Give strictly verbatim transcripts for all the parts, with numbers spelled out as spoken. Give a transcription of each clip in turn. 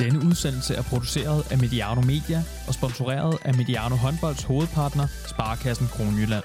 Denne udsendelse er produceret af Mediano Media og sponsoreret af Mediano Håndbolds hovedpartner, Sparekassen Kronjylland.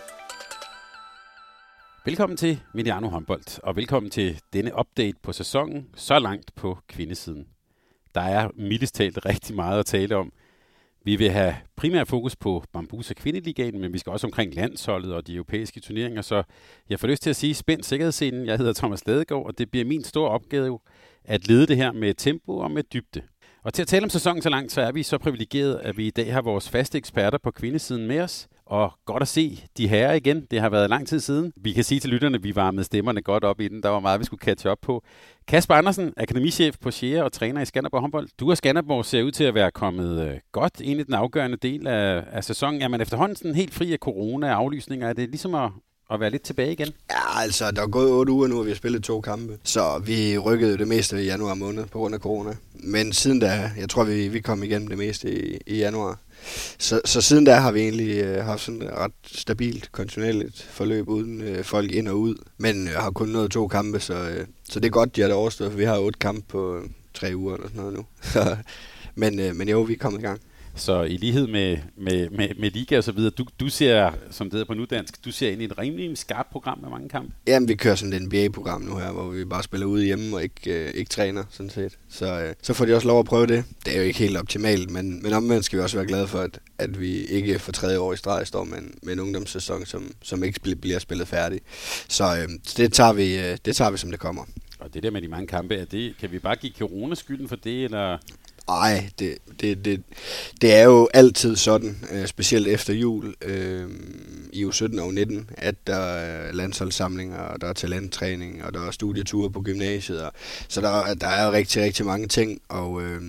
Velkommen til Mediano Håndbold, og velkommen til denne update på sæsonen, så langt på kvindesiden. Der er mildest talt rigtig meget at tale om. Vi vil have primært fokus på Bambusa Kvindeligaen, men vi skal også omkring landsholdet og de europæiske turneringer, så jeg får lyst til at sige spænd sikkerhedsscenen. Jeg hedder Thomas Ladegaard, og det bliver min store opgave at lede det her med tempo og med dybde. Og til at tale om sæsonen så langt, så er vi så privilegeret, at vi i dag har vores faste eksperter på kvindesiden med os. Og godt at se de herrer igen. Det har været lang tid siden. Vi kan sige til lytterne, at vi varmede stemmerne godt op i den. Der var meget, vi skulle catch up på. Kasper Andersen, akademichef på Shea og træner i Skanderborg Håndbold. Du og Skanderborg ser ud til at være kommet øh, godt ind i den afgørende del af, af sæsonen. Er man efterhånden sådan helt fri af corona og aflysninger? Er det ligesom at, at være lidt tilbage igen? Ja, altså, der er gået otte uger nu, og vi har spillet to kampe. Så vi rykkede det meste i januar måned på grund af corona. Men siden da, jeg tror, vi, vi kom igennem det meste i, i januar. Så, så siden da har vi egentlig øh, haft sådan et ret stabilt, kontinuerligt forløb uden øh, folk ind og ud. Men øh, har kun nået to kampe, så, øh, så det er godt, de har det overstået, for vi har otte kampe på øh, tre uger eller sådan noget nu. men, øh, men jo, vi er kommet i gang. Så i lighed med, med, med, med liga og så videre, du, du ser, som det hedder på nudansk, du ser ind i et rimelig skarpt program med mange kampe? Jamen, vi kører sådan et N B A-program nu her, hvor vi bare spiller ude hjemme og ikke, øh, ikke træner, sådan set. Så, øh, så får de også lov at prøve det. Det er jo ikke helt optimalt, men, men omvendt skal vi også være glade for, at, at vi ikke for tredje år i streg står med en, med en ungdomssæson, som, som ikke bliver spillet færdig. Så øh, det, tager vi, øh, det tager vi, som det kommer. Og det der med de mange kampe, er det, kan vi bare give corona skylden for det, eller... Nej, det, det, det, det er jo altid sådan, øh, specielt efter jul øh, i U sytten og U nitten, at der er landsholdssamlinger, og der er talenttræning, og der er studieture på gymnasiet. Og, så der, der er jo rigtig, rigtig mange ting, og øh,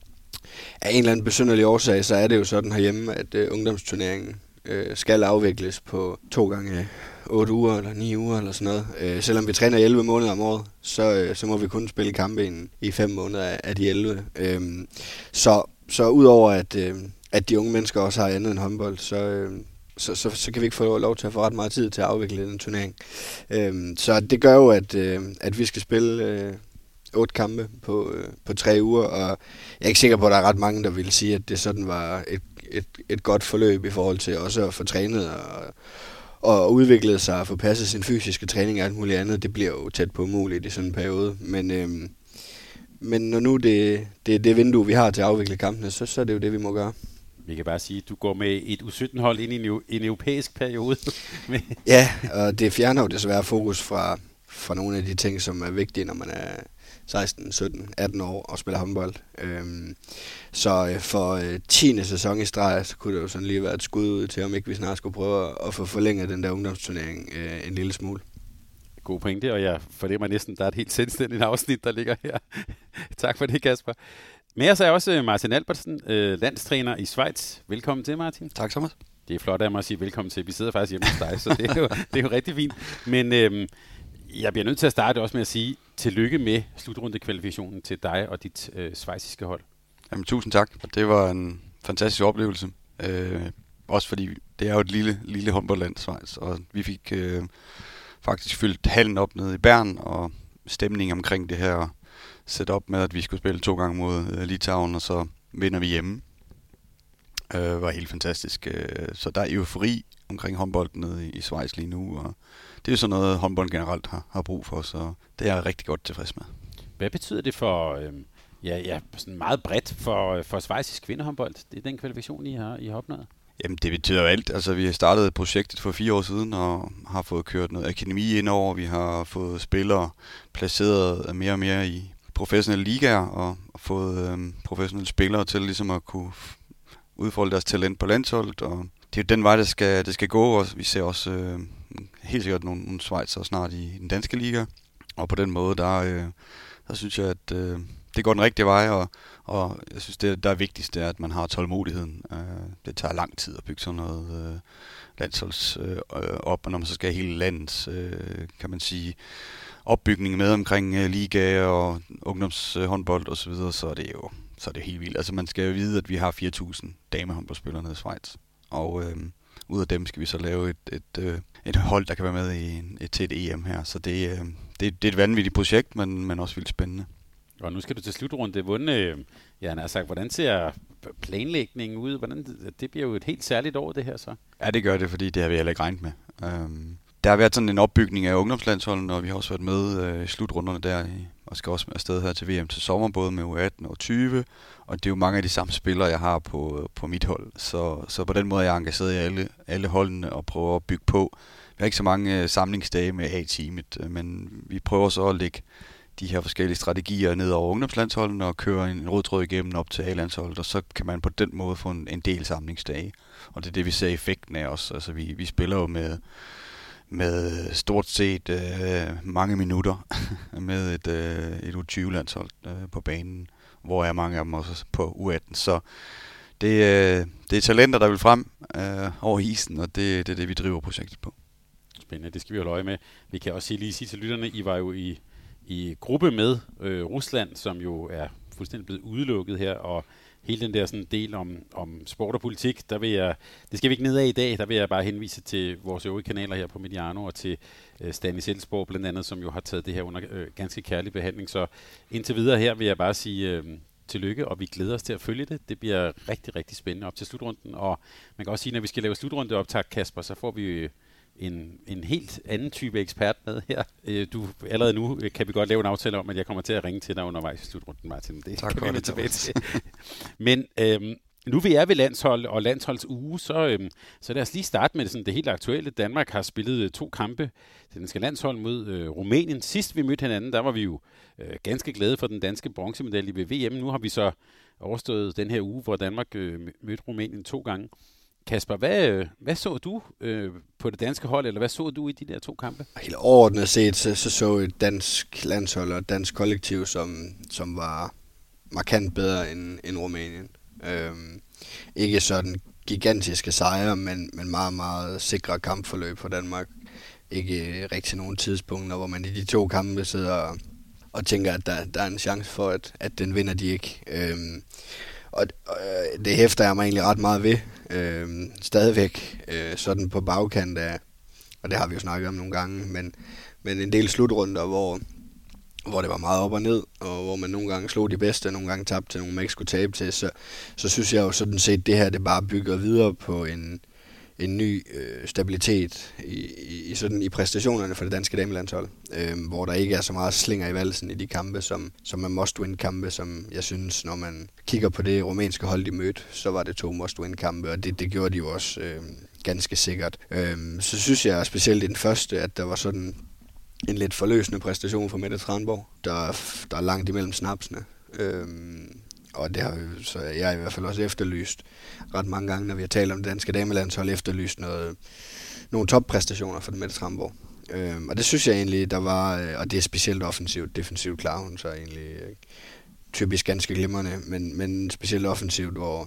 af en eller anden besynderlig årsag, så er det jo sådan herhjemme, at øh, ungdomsturneringen øh, skal afvikles på to gange otte uger eller ni uger eller sådan noget. Øh, selvom vi træner elleve måneder om året, så, øh, så må vi kun spille kampe i, i fem måneder af, af de elleve. Øh, så, så udover at, øh, at de unge mennesker også har andet end håndbold, så, øh, så, så, så kan vi ikke få lov til at få ret meget tid til at afvikle den turnering. Øh, så det gør jo, at, øh, at vi skal spille øh, otte kampe på, øh, på tre uger, og jeg er ikke sikker på, at der er ret mange, der vil sige, at det sådan var et, et, et godt forløb i forhold til også at få trænet og og udviklede sig og få passet sin fysiske træning og alt muligt andet. Det bliver jo tæt på umuligt i sådan en periode. Men, øhm, men når nu det, det er det vindue, vi har til at afvikle kampene, så, så er det jo det, vi må gøre. Vi kan bare sige, at du går med et U sytten-hold ind i en, en europæisk periode. Ja, og det fjerner jo desværre fokus fra, fra nogle af de ting, som er vigtige, når man er seksten, sytten, atten år og spiller håndbold. Øhm, så for øh, tiende sæson i streg, så kunne det jo sådan lige være et skud ud til, om ikke vi snart skulle prøve at, at få forlænget den der ungdomsturnering øh, en lille smule. God pointe, og jeg fornemmer næsten, der er et helt selvstændigt afsnit, der ligger her. Tak for det, Kasper. Med os er også Martin Albertsen, øh, landstræner i Schweiz. Velkommen til, Martin. Tak, Thomas. Det er flot af mig at sige velkommen til. Vi sidder faktisk hjemme hos dig, så det er jo, det er jo rigtig fint. Men øh, jeg bliver nødt til at starte også med at sige tillykke med slutrundekvalifikationen til dig og dit øh, schweiziske hold. Jamen, tusind tak. Det var en fantastisk oplevelse. Øh, også fordi det er jo et lille, lille håndboldland, Schweiz, og vi fik øh, faktisk fyldt hallen op nede i Bern, og stemningen omkring det her setup med, at vi skulle spille to gange mod øh, Litauen, og så vinder vi hjemme. Øh, var helt fantastisk. Øh, så der er eufori omkring håndbold nede i, i Schweiz lige nu, og det er jo sådan noget, håndbold generelt har, har brug for, så det er jeg rigtig godt tilfreds med. Hvad betyder det for, øh, ja, ja, sådan meget bredt for, for schweizisk kvindehåndbold? Det er den kvalifikation, I har, I har opnået? Jamen, det betyder jo alt. Altså, vi har startet projektet for fire år siden, og har fået kørt noget akademi indover. Vi har fået spillere placeret mere og mere i professionelle ligaer, og fået øh, professionelle spillere til ligesom at kunne udfolde deres talent på landsholdet, og det er jo den vej, det skal, det skal gå, og vi ser også øh, helt sikkert nogle, nogle Schweizer snart i, i den danske liga, og på den måde, der, øh, der synes jeg, at øh, det går den rigtige vej, og, og jeg synes, det der er vigtigst, det er, at man har tålmodigheden. Øh, det tager lang tid at bygge sådan noget øh, landsholds øh, op, og når man så skal have hele landets, øh, kan man sige, opbygning med omkring øh, ligaer og ungdomshåndbold og så videre, så er det jo så er det helt vildt. Altså man skal jo vide, at vi har fire tusind damehåndboldspillere nede i Schweiz, og øh, ud af dem skal vi så lave et, et, et, et hold, der kan være med i et, til et E M her. Så det, øh, det, det er et vanvittigt projekt, men, men også vildt spændende. Og nu skal du til slutrunde vunde. Ja, han har sagt, hvordan ser planlægningen ud? Hvordan, det bliver jo et helt særligt år, det her så. Ja, det gør det, fordi det har vi heller ikke regnet med. Um, der har været sådan en opbygning af ungdomslandsholdene, og vi har også været med øh, i slutrunderne der, i, og skal også afsted her til V M til sommer, både med U atten og tyve, og det er jo mange af de samme spillere, jeg har på, på mit hold. Så, så på den måde er jeg engageret i alle, alle holdene og prøver at bygge på. Vi har ikke så mange øh, samlingsdage med A-teamet, øh, men vi prøver så at lægge de her forskellige strategier ned over ungdomslandsholdene og køre en rød tråd igennem op til A-landsholdet, og så kan man på den måde få en, en del samlingsdage. Og det er det, vi ser effekten af os. Altså vi, vi spiller jo med, med stort set øh, mange minutter med et, øh, et U tyve-landshold øh, på banen, hvor er mange af dem også på U atten. Så det, øh, det er talenter, der vil frem øh, over isen, og det, det er det, vi driver projektet på. Spændende, det skal vi holde øje med. Vi kan også lige sige til lytterne, I var jo i i gruppe med øh, Rusland, som jo er fuldstændig blevet udelukket her, og hele den der sådan del om, om sport og politik, der vil jeg, det skal vi ikke ned af i dag, der vil jeg bare henvise til vores øvrige kanaler her på Mediano, og til øh, Stanis Elsborg blandt andet, som jo har taget det her under øh, ganske kærlig behandling. Så indtil videre her vil jeg bare sige øh, tillykke, og vi glæder os til at følge det. Det bliver rigtig, rigtig spændende op til slutrunden, og man kan også sige, når vi skal lave slutrundeoptag, Kasper, så får vi øh, En, en helt anden type ekspert med her. Du, allerede nu kan vi godt lave en aftale om, at jeg kommer til at ringe til dig undervejs i slutrunden, Martin. Det tak kan for vi det, tilbage til. Men øhm, nu vi er ved landshold og landsholdsuge, så, øhm, så lad os lige starte med det, sådan, det helt aktuelle. Danmark har spillet øh, to kampe til den skal landshold mod øh, Rumænien. Sidst vi mødte hinanden, der var vi jo øh, ganske glade for den danske bronzemedalje ved V M. Nu har vi så overstået den her uge, hvor Danmark øh, mødte Rumænien to gange. Kasper, hvad, hvad så du øh, på det danske hold, eller hvad så du i de der to kampe? Helt overordnet set, så så, så et dansk landshold og et dansk kollektiv, som, som var markant bedre end, end Rumænien. Øhm, ikke sådan gigantiske sejre, men, men meget, meget sikre kampforløb for Danmark. Ikke rigtig nogen tidspunkter, hvor man i de to kampe sidder og, og tænker, at der, der er en chance for, at, at den vinder de ikke. Øhm, Og, og det hæfter jeg mig egentlig ret meget ved. Øh, stadigvæk øh, sådan på bagkant af, og det har vi jo snakket om nogle gange, men, men en del slutrunder, hvor, hvor det var meget op og ned, og hvor man nogle gange slog de bedste, og nogle gange tabte til nogle, man ikke skulle tabe til, så, så synes jeg jo sådan set, det her det bare bygger videre på en, en ny øh, stabilitet i, i, i, sådan, i præstationerne for det danske damelandshold, øh, hvor der ikke er så meget slinger i valsen i de kampe, som, som er must-win-kampe, som jeg synes, når man kigger på det rumænske hold, de mødte, så var det to must-win-kampe, og det, det gjorde de jo også øh, ganske sikkert. Øh, så synes jeg specielt i den første, at der var sådan en lidt forløsende præstation for Mette Tranborg, der, der er langt imellem snapsene. Øh, Og det har jo, så jeg i hvert fald også efterlyst ret mange gange, når vi har talt om det danske damelandshold, efterlyst noget, nogle toppræstationer for Mette Tranborg. Øhm, og det synes jeg egentlig, der var, og det er specielt offensivt, defensivt klarer hun så egentlig øh, typisk ganske glimrende, men, men specielt offensivt, hvor,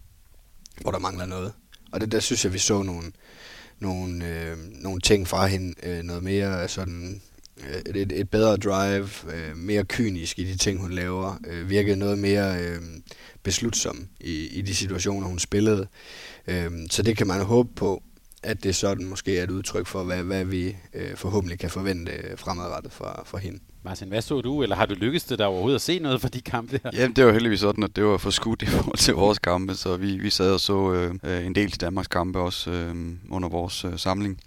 hvor der mangler noget. Og det der synes jeg, vi så nogle, nogle, øh, nogle ting fra hende, øh, noget mere sådan Et, et bedre drive, øh, mere kynisk i de ting, hun laver, øh, virkede noget mere øh, beslutsom i, i de situationer, hun spillede. Øh, så det kan man håbe på, at det sådan måske er et udtryk for, hvad, hvad vi øh, forhåbentlig kan forvente fremadrettet fra, fra hende. Martin, hvad så du, eller har du lykkes det der overhovedet at se noget fra de kampe her? Jamen, det var heldigvis sådan, at det var for skudt i forhold til vores kampe, så vi, vi sad og så øh, en del til Danmarks kampe også øh, under vores øh, samling.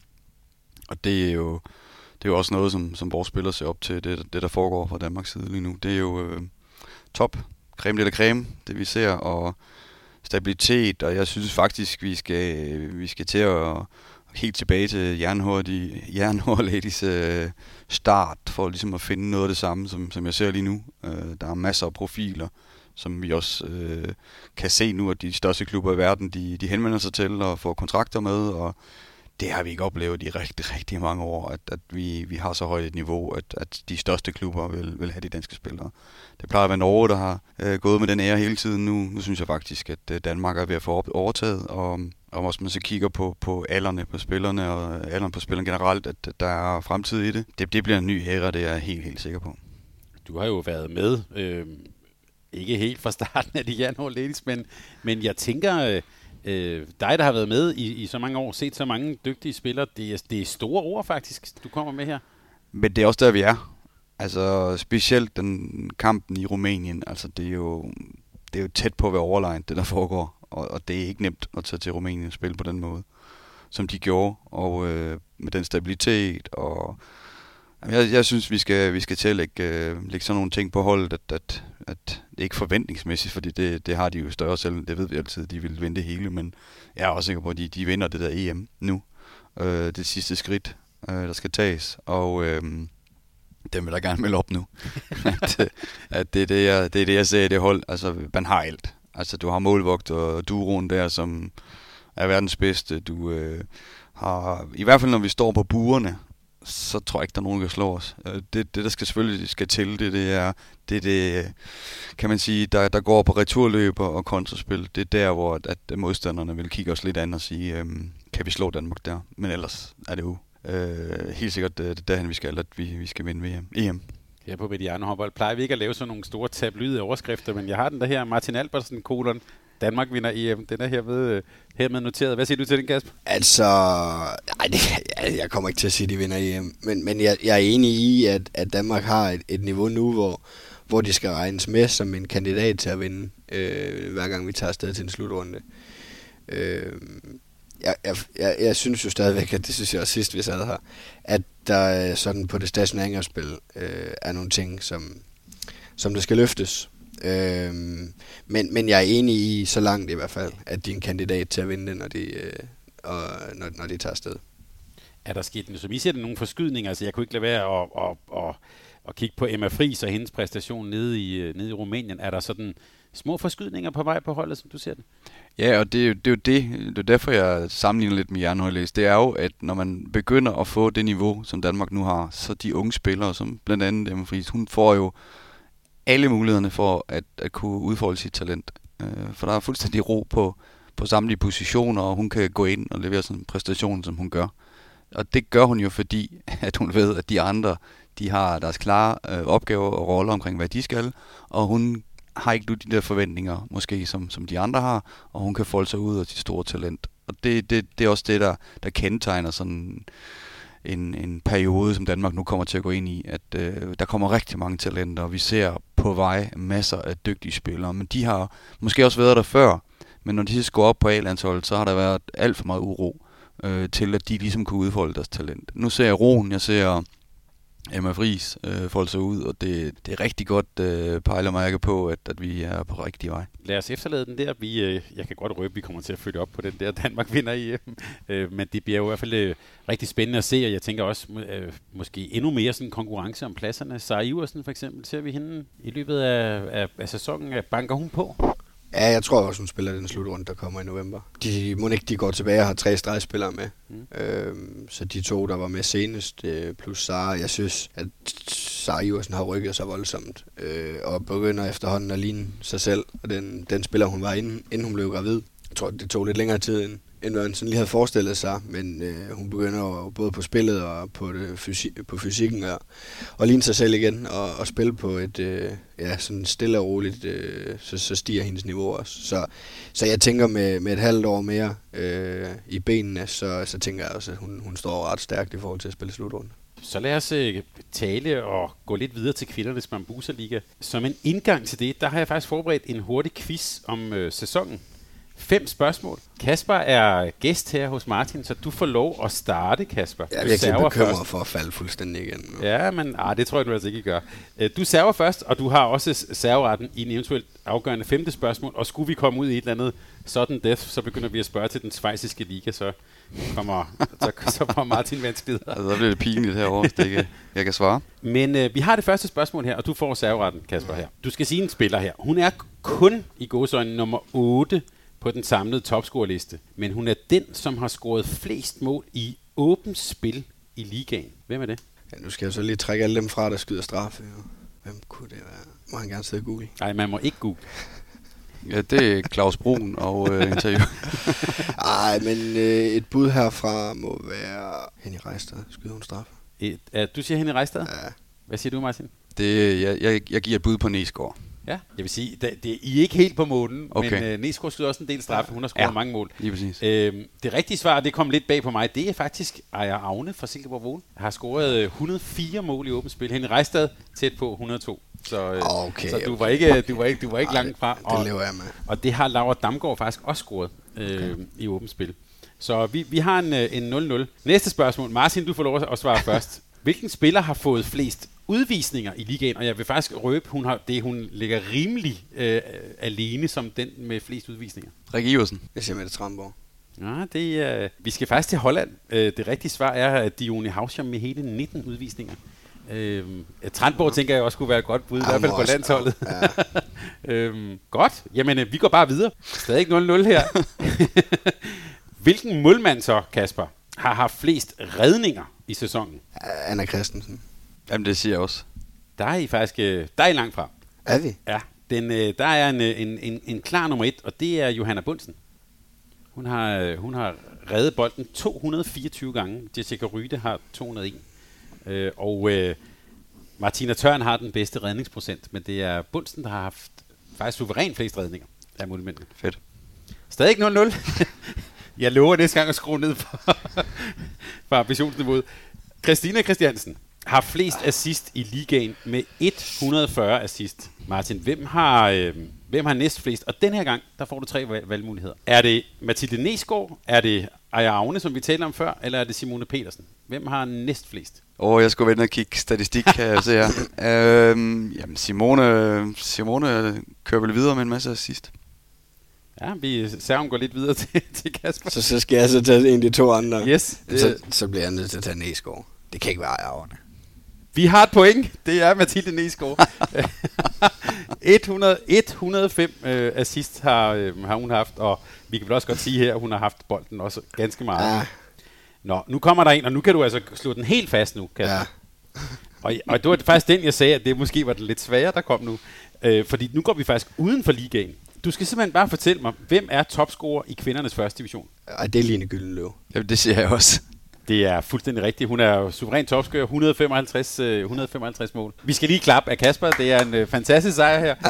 Og det er jo Det er jo også noget, som, som vores spillere ser op til, det, det der foregår fra Danmarks side lige nu. Det er jo øh, top, creme eller creme, det vi ser, og stabilitet, og jeg synes faktisk, vi skal, vi skal til at helt tilbage til jernhurtig, jernhurtig ladies øh, start, for ligesom at finde noget af det samme, som, som jeg ser lige nu. Øh, der er masser af profiler, som vi også øh, kan se nu, at de største klubber i verden, de, de henvender sig til og får kontrakter med, og det har vi ikke oplevet i rigtig, rigtig mange år, at, at vi, vi har så højt et niveau, at, at de største klubber vil, vil have de danske spillere. Det plejer at være Norge, der har øh, gået med den ære hele tiden. Nu, nu synes jeg faktisk, at øh, Danmark er ved at få overtaget, og, og også man så kigger på, på alderne på spillerne, og alderen på spillerne generelt, at, at der er fremtid i det. det. Det bliver en ny ære, det er jeg helt, helt sikker på. Du har jo været med, øh, ikke helt fra starten af de Jernhård Ladies, men, men jeg tænker... Øh, Øh, dig, der har været med i, i så mange år, set så mange dygtige spillere, det er, det er store ord faktisk, du kommer med her. Men det er også der, vi er. Altså specielt den kampen i Rumænien, altså det er jo, det er jo tæt på at være overlegnet, det der foregår. Og, og det er ikke nemt at tage til Rumænien og spille på den måde, som de gjorde. Og øh, med den stabilitet og... Jeg, jeg synes, vi skal, vi skal til at lægge, øh, lægge sådan nogle ting på holdet, at, at, at det er ikke forventningsmæssigt, fordi det, det har de jo større selv. Det ved vi altid, de vil vinde det hele, men jeg er også sikker på, at de, de vinder det der E M nu. Øh, det sidste skridt, øh, der skal tages, og øh, den vil jeg gerne melde op nu. at, at det, er det, jeg, det er det, jeg ser i det hold. Altså, man har alt. Altså, du har målvogt og duoen der, som er verdens bedste. Du øh, har, i hvert fald når vi står på buerne, så tror jeg ikke, der er nogen, der kan slå os. Det, det der skal selvfølgelig skal til, det, det er det, det, kan man sige, der, der går på returløb og kontraspil. Det er der, hvor at, at modstanderne vil kigge os lidt an og sige, øhm, kan vi slå Danmark der? Men ellers er det jo øh, helt sikkert det er derhen, vi skal, at vi, vi skal vinde V M. E M. Ja, på Mediano Håndbold plejer vi ikke at lave sådan nogle store tabloide overskrifter, men jeg har den der her, Martin Albertsen, kolon, Danmark vinder E M. Den er hermed, hermed noteret. Hvad siger du til den, Kasper? Altså, ej, det, jeg, jeg kommer ikke til at sige, at de vinder E M. Men, men jeg, jeg er enig i, at, at Danmark har et, et niveau nu, hvor, hvor de skal regnes med som en kandidat til at vinde, øh, hver gang vi tager afsted til en slutrunde. Øh, jeg, jeg, jeg, jeg synes jo stadigvæk, at det synes jeg også sidst, vi sad her, at der sådan på det stationære angrebsspil øh, er nogle ting, som, som der skal løftes. Øhm, men, men jeg er enig i, så langt i hvert fald, at de er en kandidat til at vinde det, når de, øh, og, når, når de tager afsted. Er der sket, som I ser det, nogle forskydninger? Altså, jeg kunne ikke lade være at, at, at, at kigge på Emma Friis og hendes præstation nede i, nede i Rumænien. Er der sådan små forskydninger på vej på holdet, som du ser det? Ja, og det er jo det, er jo det. det er derfor, jeg sammenligner lidt med Jernhøjlæs. Det er jo, at når man begynder at få det niveau, som Danmark nu har, så de unge spillere, som blandt andet Emma Friis, hun får jo alle mulighederne for at, at kunne udfolde sit talent. Øh, for der er fuldstændig ro på, på samtlige positioner, og hun kan gå ind og levere sådan en præstation, som hun gør. Og det gør hun jo, fordi at hun ved, at de andre de har deres klare øh, opgaver og roller omkring, hvad de skal, og hun har ikke nu de der forventninger, måske som, som de andre har, og hun kan folde sig ud af sit store talent. Og det, det, det er også det, der, der kendetegner sådan En, en periode, som Danmark nu kommer til at gå ind i, at øh, der kommer rigtig mange talenter, og vi ser på vej masser af dygtige spillere, men de har måske også været der før, men når de så går op på A-landsholdet, så har der været alt for meget uro øh, til, at de ligesom kunne udfolde deres talent. Nu ser jeg roen, jeg ser Emma Friis øh, folde sig ud, og det, det er rigtig godt øh, pejler mærke på, at, at vi er på rigtig vej. Lad os efterlade den der. Vi, øh, jeg kan godt røbe, at vi kommer til at følge op på den der Danmark vinder i E M. Øh, men det bliver jo i hvert fald øh, rigtig spændende at se, og jeg tænker også øh, måske endnu mere sådan konkurrence om pladserne. Sara Iversen for eksempel, ser vi hende i løbet af, af, af sæsonen. Banker hun på? Ja, jeg tror også, hun spiller den slutrunde, der kommer i november. De må ikke, de går tilbage og har tre stregspillere med. Mm. Øhm, så de to, der var med senest, øh, plus Sara, jeg synes, at Sara Iversen har rykket sig voldsomt. Øh, og begynder efterhånden at ligne sig selv. Og den, den spiller, hun var inden, inden hun blev gravid. Jeg tror, det tog lidt længere tid, end, end hvad hun sådan lige havde forestillet sig. Men øh, hun begynder jo både på spillet og på, det fysi- på fysikken og, og ligne sig selv igen. Og, og spille på et øh, ja, sådan stille og roligt, øh, så, så stiger hendes niveau også. Så, så jeg tænker med, med et halvt år mere øh, i benene, så, så tænker jeg også, at hun, hun står ret stærkt i forhold til at spille slutrunde. Så lad os øh, tale og gå lidt videre til kvindernes Bambuser Liga. Som en indgang til det, der har jeg faktisk forberedt en hurtig quiz om øh, sæsonen. Fem spørgsmål. Kasper er gæst her hos Martin, så du får lov at starte, Kasper. Jeg er virkelig bekymret for at falde fuldstændig igen nu. Ja, men ah, det tror jeg, du altså ikke gør. Du server først, og du har også serveretten i en eventuelt afgørende femte spørgsmål. Og skulle vi komme ud i et eller andet sådan death, så begynder vi at spørge til den schweiziske liga, så kommer, så, så får Martin vanskeligheder. Altså, der bliver det pinligt herovre, det ikke, jeg kan svare. Men øh, vi har det første spørgsmål her, og du får serveretten, Kasper, her. Du skal sige en spiller her. Hun er kun i gåseøjne nummer otte på den samlede topscoreliste, men hun er den, som har scoret flest mål i åbent spil i ligaen. Hvem er det? Ja, nu skal jeg så lige trække alle dem fra, der skyder straffe. Hvem kunne det være? Må han gerne sidde og google? Nej, man må ikke google. Ja, det er Claus Brun og øh, interview. Ej, men øh, et bud herfra må være Henny Reistad. Skyder hun straffe? Et, uh, du siger Henny Reistad? Ja. Hvad siger du, Martin? Det, jeg, jeg, jeg giver et bud på Næsgaard. Ja, jeg vil sige, det, det, I er ikke helt på månen, okay. men øh, Nesgaard skyder også en del straffe. Hun har scoret ja, mange mål. Lige præcis. Øhm, det rigtige svar, det kom lidt bag på mig, det er faktisk Aya Aune fra Silkeborg Vågen. Har scoret et hundrede og fire mål i åbent spil. Henrik Rejstad tæt på et hundrede og to. Så, øh, okay, så du, okay. var ikke, du var ikke, du var ikke Ej, langt fra. Og, det lever jeg med. Og det har Laura Damgaard faktisk også scoret øh, okay. i åbent spil. Så vi, vi har en, en nul nul. Næste spørgsmål. Martin, du får lov at svare først. Hvilken spiller har fået flest udvisninger i ligaen? Og jeg vil faktisk røbe, hun har, det hun ligger rimelig øh, alene som den med flest udvisninger. Rikke Iversen. Jeg siger Mette Tramborg. Ja, det, øh, vi skal faktisk til Holland. Øh, det rigtige svar er, at Dione Hauscham med hele nitten udvisninger. Øh, Trandborg tænker jeg også kunne være et godt bud, i hvert fald på landsholdet. Ja. øh, godt. Jamen, øh, vi går bare videre. Stadig nul nul her. Hvilken målmand så, Kasper, har haft flest redninger i sæsonen? Anna Christensen. Jamen, det siger jeg også. Der er I faktisk øh, der er I langt fra. Er vi? Ja, den, øh, der er en, en, en, en klar nummer et, og det er Johanna Bunsen. Hun har, øh, hun har reddet bolden to hundrede og fireogtyve gange. Jessica Ryde har to hundrede og en. Øh, og øh, Martina Tørn har den bedste redningsprocent, men det er Bunsen, der har haft faktisk suverænt flest redninger af målmændene. Fedt. Stadig nul nul. Jeg lover næste gang at skrue ned på, på ambitionsniveauet. Christina Christiansen har flest assist i ligaen med et hundrede og fyrre assist. Martin, hvem har, øh, hvem har næst flest? Og den her gang, der får du tre valg- valgmuligheder. Er det Mathilde Nesgaard? Er det Aya Aune, som vi talte om før? Eller er det Simone Petersen? Hvem har næst flest? Åh, oh, jeg skulle vende og kigge statistik, kan jeg se her. øhm, jamen, Simone, Simone kører vel videre med en masse assist. Ja, vi ser, går lidt videre til, til Kasper. Så, så skal jeg så tage en af de to andre. Yes. Så, så bliver jeg nødt til at tage Nesgaard. Det kan ikke være Ejerne. Vi har et point. Det er Mathilde Nesgaard. et hundrede, et hundrede og fem øh, assist har, øh, har hun haft, og vi kan vel også godt sige her, at hun har haft bolden også ganske meget. Ja. Nå, nu kommer der en, og nu kan du altså slå den helt fast nu, Kasper. Ja. og, og det var faktisk den, jeg sagde, at det måske var det lidt sværere, der kom nu. Øh, fordi nu går vi faktisk uden for ligaen. Du skal simpelthen bare fortælle mig, hvem er topscorer i kvindernes første division? Ja, det er Line Gyldenløv. Jamen, det siger jeg også. Det er fuldstændig rigtigt. Hun er jo suveræn topscorer, et hundrede og femoghalvtreds, et hundrede og femoghalvtreds mål. Vi skal lige klappe af Kasper. Det er en øh, fantastisk sejr her.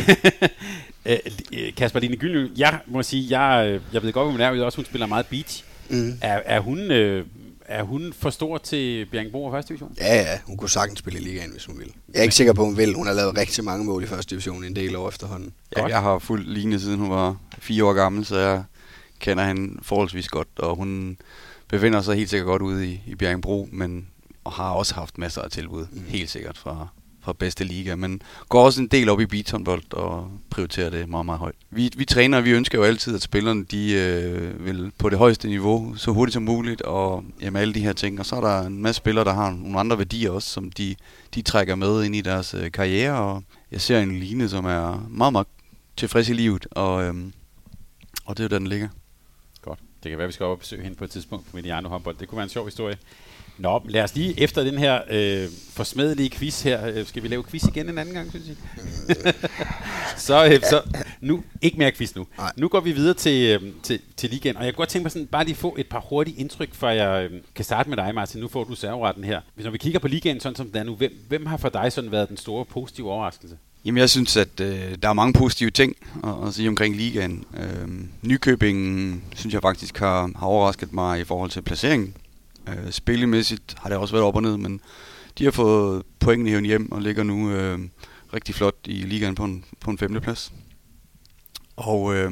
Kasper Line Gyldenløv, jeg må sige, jeg, jeg ved godt, hvor hun er, også hun spiller meget beach. Mm. Er, er, hun, øh, er hun for stor til Bjerringbro første division? Ja, ja. Hun kunne sagtens spille i ligaen, hvis hun ville. Jeg er ikke sikker på, hun vil. Hun har lavet rigtig mange mål i første division en del år efterhånden. Ja, jeg har fulgt Line, siden hun var fire år gammel, så jeg kender hende forholdsvis godt, og hun befinder sig helt sikkert godt ude i, i Bjerringbro, men og har også haft masser af tilbud, mm. helt sikkert fra, fra bedste liga, men går også en del op i beachhåndbold og prioriterer det meget, meget højt. Vi, vi træner, vi ønsker jo altid, at spillerne de øh, vil på det højeste niveau, så hurtigt som muligt, og jamen, alle de her ting. Og så er der en masse spillere, der har nogle andre værdier også, som de, de trækker med ind i deres øh, karriere, og jeg ser en Line, som er meget, meget tilfreds i livet, og, øhm, og det er jo der, den ligger. Godt. Det kan være, vi skal op og besøge hende på et tidspunkt på Mediano håndbold. Det kunne være en sjov historie. Nå, lad os lige efter den her øh, forsmedelige quiz her. Øh, skal vi lave quiz igen en anden gang, synes jeg? så, øh, så nu, ikke mere quiz nu. Nej. Nu går vi videre til, øh, til, til ligaen. Og jeg kunne godt tænke mig sådan, bare lige få et par hurtige indtryk, før jeg øh, kan starte med dig, Martin. Nu får du serveretten her. Hvis når vi kigger på ligaen, sådan som den er nu, hvem, hvem har for dig sådan været den store positive overraskelse? Jamen, jeg synes, at øh, der er mange positive ting at, at sige omkring ligaen. Øh, Nykøbing, synes jeg faktisk, har, har overrasket mig i forhold til placeringen. Øh, spillemæssigt har det også været op og ned, men de har fået pointene hævn hjem og ligger nu øh, rigtig flot i ligaen på en, på en femteplads. Og øh,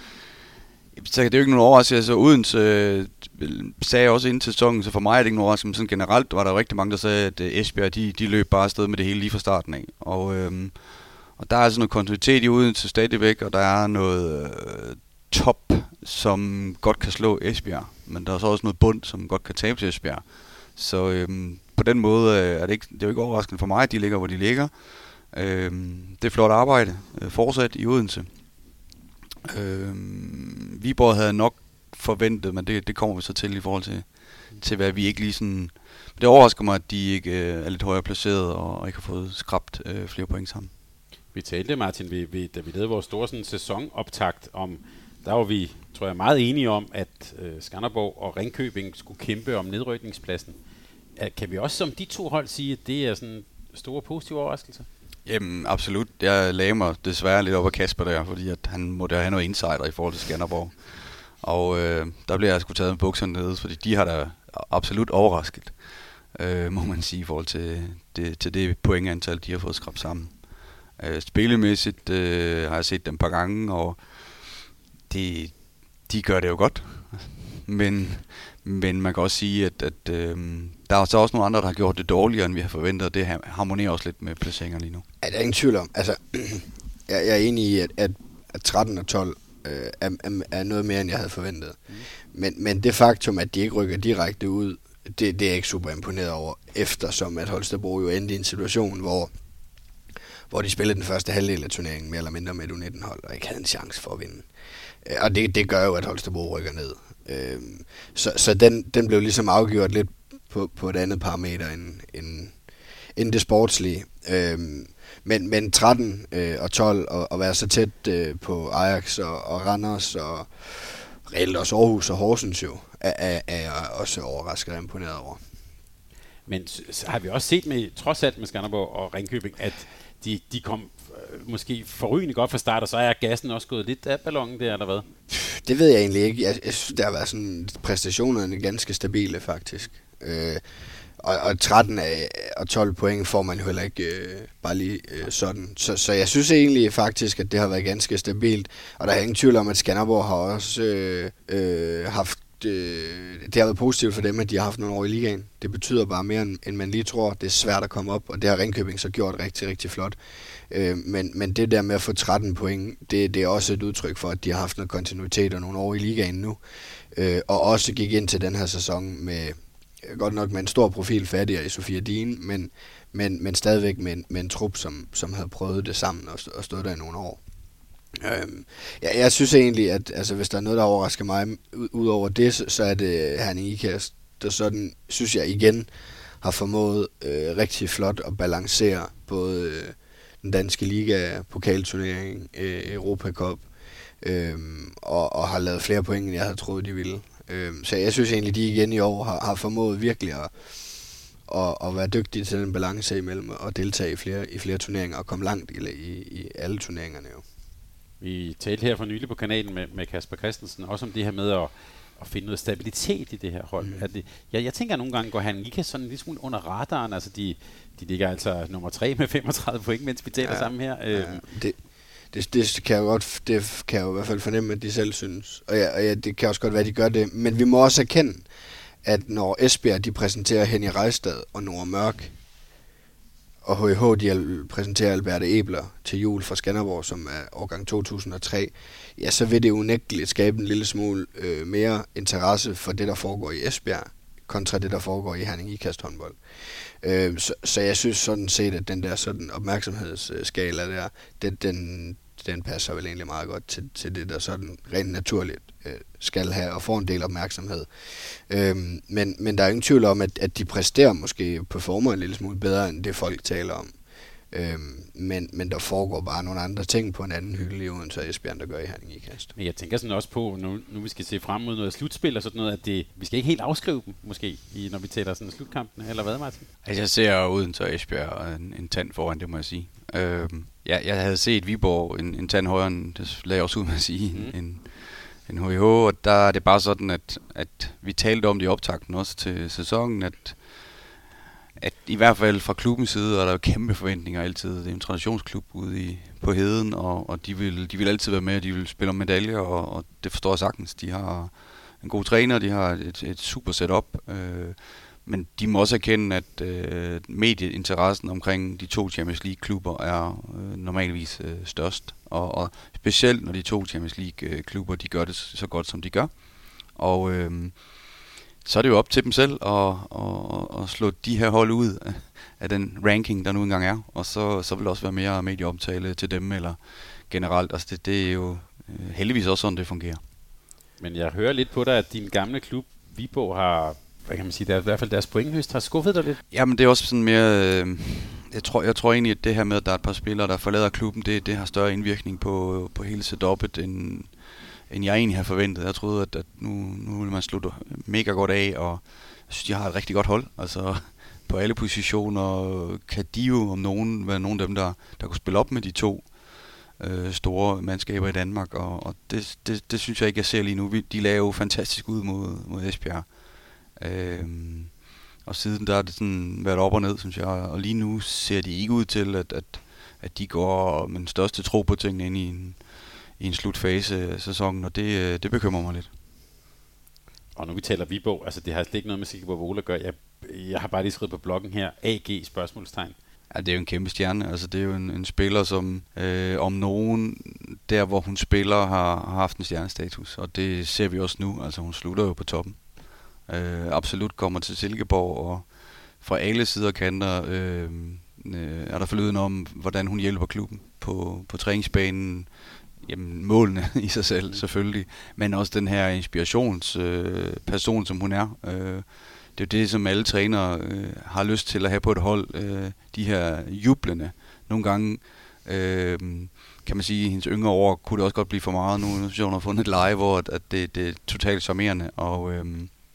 så det er jo ikke nogen overraskelse. Så Odense øh, sagde jeg også inden til sæsonen, så for mig er det ikke nogen overraskelse, men sådan generelt var der rigtig mange, der sagde, at øh, Esbjerg, de, de løb bare afsted med det hele lige fra starten af. Og, øh, og der er altså noget kontinuitet i Odense stadigvæk, og der er noget øh, top, som godt kan slå Esbjerg, men der er så også noget bund, som godt kan tabe til Esbjerg. Så øhm, på den måde øh, er det ikke, det er jo ikke overraskende for mig, at de ligger, hvor de ligger. Øhm, det er flot arbejde, øh, fortsat i Odense. Øhm, Viborg havde nok forventet, men det, det kommer vi så til i forhold til, til hvad vi ikke lige sådan. Det overrasker mig, at de ikke øh, er lidt højere placeret og ikke har fået skrabt øh, flere point sammen. Vi talte, Martin, vi, vi, da vi lavede vores store sådan, sæsonoptakt om. Der var vi, tror jeg, meget enige om, at øh, Skanderborg og Ringkøbing skulle kæmpe om nedrykningspladsen. Kan vi også som de to hold sige, at det er sådan store positive overraskelser? Jamen, absolut. Jeg lagde mig desværre lidt op af Kasper der, fordi at han måtte have noget insider i forhold til Skanderborg. Og øh, der blev jeg sgu taget med bukserne nede, fordi de har da absolut overrasket, øh, må man sige, i forhold til det, til det pointantal, de har fået skrabt sammen. Øh, spillemæssigt øh, har jeg set dem et par gange, og de, de gør det jo godt. Men, men man kan også sige, at, at øh, der er så også nogle andre, der har gjort det dårligere, end vi har forventet, og det harmonerer også lidt med placeringer lige nu. Ja, der er ingen tvivl om. Altså, jeg, jeg er enig i, at, at, at tretten og tolv øh, er, er, er noget mere, end jeg havde forventet. Mm. Men, men det faktum, at de ikke rykker direkte ud, det, det er jeg ikke super imponeret over, eftersom at Holstebro jo endte i en situation, hvor, hvor de spillede den første halvdel af turneringen, mere eller mindre med et U nitten-hold, og ikke havde en chance for at vinde. Og det, det gør jo, at Holstebro rykker ned. Så, så den, den blev ligesom afgjort lidt på, på et andet parameter end, end, end det sportslige. Men, men tretten og tolv og, og være så tæt på Ajax og, og Randers og reelt også Aarhus og Horsens jo, er, er, er jeg også overrasket og imponeret over. Men har vi også set med, trods alt med Skanderborg og Ringkøbing, at de, de kom øh, måske forrygende godt fra start, og så er gassen også gået lidt af ballonen der, eller hvad? Det ved jeg egentlig ikke. Jeg, jeg synes, der har været sådan præstationerne ganske stabile, faktisk. Øh, og, og tretten af, og tolv point får man jo heller ikke øh, bare lige øh, sådan. Så, så jeg synes egentlig faktisk, at det har været ganske stabilt. Og der er ingen tvivl om, at Skanderborg har også øh, øh, haft det har været positivt for dem, at de har haft nogle år i ligaen. Det betyder bare mere, end man lige tror. Det er svært at komme op, og det har Ringkøbing så gjort rigtig, rigtig flot. Men, men det der med at få tretten point, det, det er også et udtryk for, at de har haft noget kontinuitet og nogle år i ligaen nu. Og også gik ind til den her sæson med, godt nok med en stor profil fattigere i Sofia Dien, men, men, men stadigvæk med en, med en trup, som, som havde prøvet det sammen og, og stået der i nogle år. Øhm, ja, jeg synes egentlig, at altså, hvis der er noget, der overrasker mig ud over det, så, så er det Herning Ikast, der sådan, synes jeg igen, har formået øh, rigtig flot at balancere både øh, den danske liga, pokalturnering, øh, Europa Cup, øh, og, og har lavet flere point, end jeg havde troet, de ville. Øh, så jeg synes egentlig, de igen i år har, har formået virkelig at, at, at være dygtige til den balance imellem og deltage i flere, i flere turneringer og komme langt i, i, i alle turneringerne jo. Vi talte her for nylig på kanalen med, med Kasper Christensen, også om det her med at, at finde noget stabilitet i det her hold. Mm. At det, jeg, jeg tænker, at nogle gange går han ikke sådan en lille smule under radaren. Altså, de, de ligger altså nummer tre med femogtredive point, mens vi taler ja, sammen her. Ja, det, det, det, kan jeg jo godt, det kan jeg jo i hvert fald fornemme, at de selv synes. Og, ja, og ja, det kan også godt være, at de gør det. Men vi må også erkende, at når Esbjerg de præsenterer Henny Rejstad og Nora Mørk, og H I H de præsenterer Alberte Ebler til jul fra Skanderborg, som er årgang to tusind og tre, ja, så vil det unægteligt skabe en lille smule øh, mere interesse for det, der foregår i Esbjerg, kontra det, der foregår i Herning Ikast håndbold. Øh, så, så jeg synes sådan set, at den der sådan opmærksomhedsskala der, den, den, den passer vel egentlig meget godt til, til det, der sådan rent naturligt øh, skal have og få en del opmærksomhed. Øh, men, men der er ingen tvivl om, at, at de præsterer måske performer en lille smule bedre, end det folk taler om. Øhm, men, men der foregår bare nogle andre ting på en anden hylde i Odense og Esbjerg, der gør i Herning Ikast. Men jeg tænker sådan også på, nu, nu vi skal se frem mod noget slutspil og sådan noget, at det, vi skal ikke helt afskrive dem, måske, i, når vi taler sådan slutkampen, eller hvad, Martin? Altså, jeg ser Odense og Esbjerg en, en tand foran, det må jeg sige. Øhm, ja, jeg havde set Viborg en, en tand højere, end det lagde også ud med at sige, mm. en, en H I H, og der er det bare sådan, at, at vi talte om det i optakten også til sæsonen, at at i hvert fald fra klubbens side er der jo kæmpe forventninger altid. Det er en traditionsklub ude i, på heden, og, og de, vil, de vil altid være med, og de vil spille om medaljer, og, og det forstår jeg sagtens. De har en god træner, de har et, et super setup, øh, men de må også erkende, at øh, medieinteressen omkring de to Champions League-klubber er øh, normalvis øh, størst, og, og specielt når de to Champions League-klubber, de gør det så godt, som de gør. Og øh, så er det jo op til dem selv at, at, at slå de her hold ud af den ranking, der nu engang er. Og så, så vil der også være mere medieomtale til dem, eller generelt. Altså det, det er jo heldigvis også sådan, det fungerer. Men jeg hører lidt på dig, at din gamle klub, Viborg, har, hvad kan man sige, der, i hvert fald deres pointhøst har skuffet dig lidt. Jamen det er også sådan mere, øh, jeg tror, jeg tror egentlig, at det her med, at der er et par spillere, der forlader klubben, det, det har større indvirkning på, på hele setupet, end end jeg egentlig havde forventet. Jeg troede, at, at nu, nu ville man slutte mega godt af, og jeg synes, de har et rigtig godt hold. Altså, på alle positioner kan de jo om nogen være nogle af dem, der, der kunne spille op med de to øh, store mandskaber i Danmark, og, og det, det, det synes jeg ikke, jeg ser lige nu. De laver jo fantastisk ud mod, mod Esbjerg. Øh, og siden der er det sådan været op og ned, synes jeg, og lige nu ser de ikke ud til, at, at, at de går med den største tro på tingene ind i en, i en slutfase af sæsonen, og det, det bekymrer mig lidt. Og nu vi taler Viborg, altså det har slet ikke noget med Silkeborg Vola at gøre. Jeg, jeg har bare lige skrevet på bloggen her, A G spørgsmålstegn. Ja, det er jo en kæmpe stjerne. Altså, det er jo en, en spiller, som øh, om nogen, der hvor hun spiller, har, har haft en stjernestatus. Og det ser vi også nu. Altså, hun slutter jo på toppen. Øh, absolut kommer til Silkeborg, og fra alle sider kanter øh, øh, er der forlyden om, hvordan hun hjælper klubben på, på træningsbanen. Jamen, målene i sig selv, selvfølgelig. Men også den her inspirationsperson, øh, som hun er. Øh, Det er jo det, som alle trænere øh, har lyst til at have på et hold. Øh, de her jublende. Nogle gange, øh, kan man sige, at hendes yngre år kunne det også godt blive for meget. Nu synes jeg, hun har fundet et leje, hvor at det, det er totalt charmerende. Og, øh,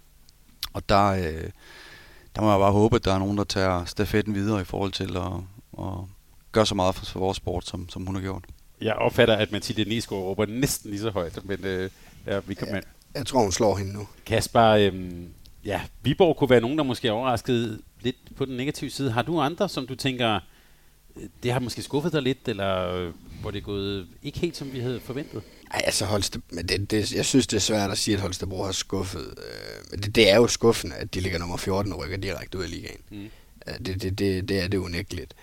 og der, øh, der må jeg bare håbe, at der er nogen, der tager stafetten videre i forhold til at, at gøre så meget for, for vores sport, som, som hun har gjort. Jeg opfatter, at Mathilde Nesgaard råber næsten lige så højt, men øh, ja, vi kan... Ja, jeg tror, hun slår hende nu. Kasper... Øh, Ja, Viborg kunne være nogen, der måske er overrasket lidt på den negative side. Har du andre, som du tænker, det har måske skuffet dig lidt, eller hvor det er gået ikke helt, som vi havde forventet? Ej, altså Holstebro, men det, det, jeg synes, det er svært at sige, at Holstebro har skuffet. Men det, det er jo skuffende, at de ligger nummer fjorten og rykker direkte ud af ligaen. Mm. Det, det, det, det er det unægteligt.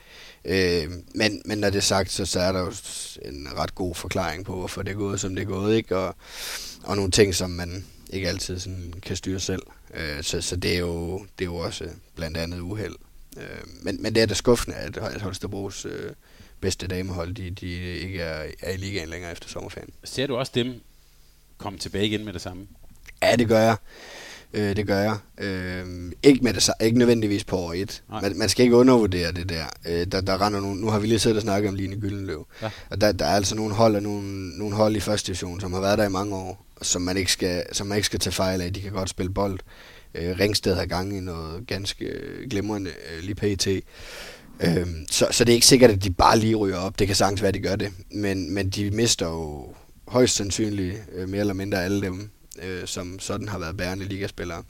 Men, men når det er sagt, så, så er der jo en ret god forklaring på, hvorfor det er gået, som det er gået, ikke? Og, og nogle ting, som man ikke altid sådan kan styre selv. Øh, så, så det er jo det er jo også blandt andet uheld. Øh, men, men det er da skuffende, at Holstebros øh, bedste damehold, de, de ikke er, er i ligaen længere efter sommerferien. Ser du også dem komme tilbage igen med det samme? Ja, det gør jeg. Øh, det gør jeg. Øh, ikke, med det, ikke nødvendigvis på år et. Man, man skal ikke undervurdere det der. Øh, der, der render nogle, nu har vi lige siddet og snakket om Line Gyldenløv. Ja. Og der, der er altså nogle hold, og nogle, nogle hold i første division, som har været der i mange år, som man ikke skal, som man ikke skal tage fejl af. De kan godt spille bold. Øh, Ringsted har gang i noget ganske glimrende øh, lige pt. Øh, så, så det er ikke sikkert, at de bare lige ryger op. Det kan sagtens være, at de gør det. Men, men de mister jo højst sandsynligt øh, mere eller mindre alle dem, øh, som sådan har været bærende ligaspillere.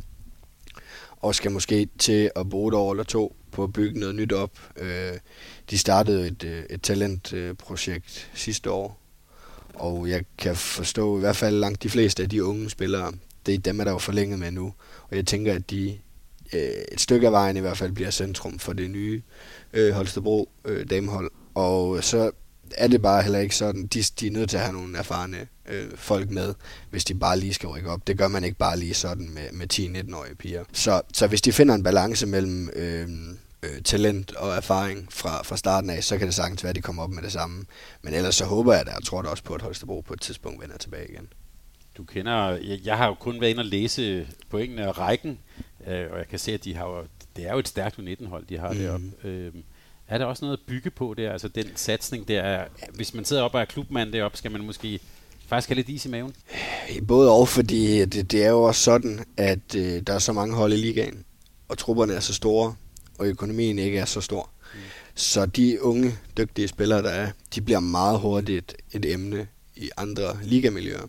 Og skal måske til at bruge et år eller to på at bygge noget nyt op. Øh, de startede et, et talentprojekt sidste år. Og jeg kan forstå i hvert fald langt de fleste af de unge spillere, det er dem, er der jo forlænget med nu. Og jeg tænker, at de øh, et stykke af vejen i hvert fald bliver centrum for det nye øh, Holstebro øh, damehold. Og så er det bare heller ikke sådan, de, de er nødt til at have nogle erfarne øh, folk med, hvis de bare lige skal rykke op. Det gør man ikke bare lige sådan med, med ti nitten-årige piger. Så, så hvis de finder en balance mellem øh, øh, talent og erfaring fra, fra starten af, så kan det sagtens være, at de kommer op med det samme. Men ellers så håber jeg da, og tror da også på, at Holstebro på et tidspunkt vender tilbage igen. Du kender, jeg, jeg har jo kun været inde og læse pointene og rækken, øh, og jeg kan se, at de har jo, det er jo et stærkt U nitten-hold, de har mm. deroppe. Øh, er der også noget at bygge på der, altså den satsning der, er, hvis man sidder op og er klubmand deroppe, skal man måske faktisk have lidt is i maven? Både og, fordi det, det er jo også sådan, at øh, der er så mange hold i ligaen, og trupperne er så store, og økonomien ikke er så stor. Mm. Så de unge, dygtige spillere, der er, de bliver meget hurtigt et, et emne i andre ligamiljøer.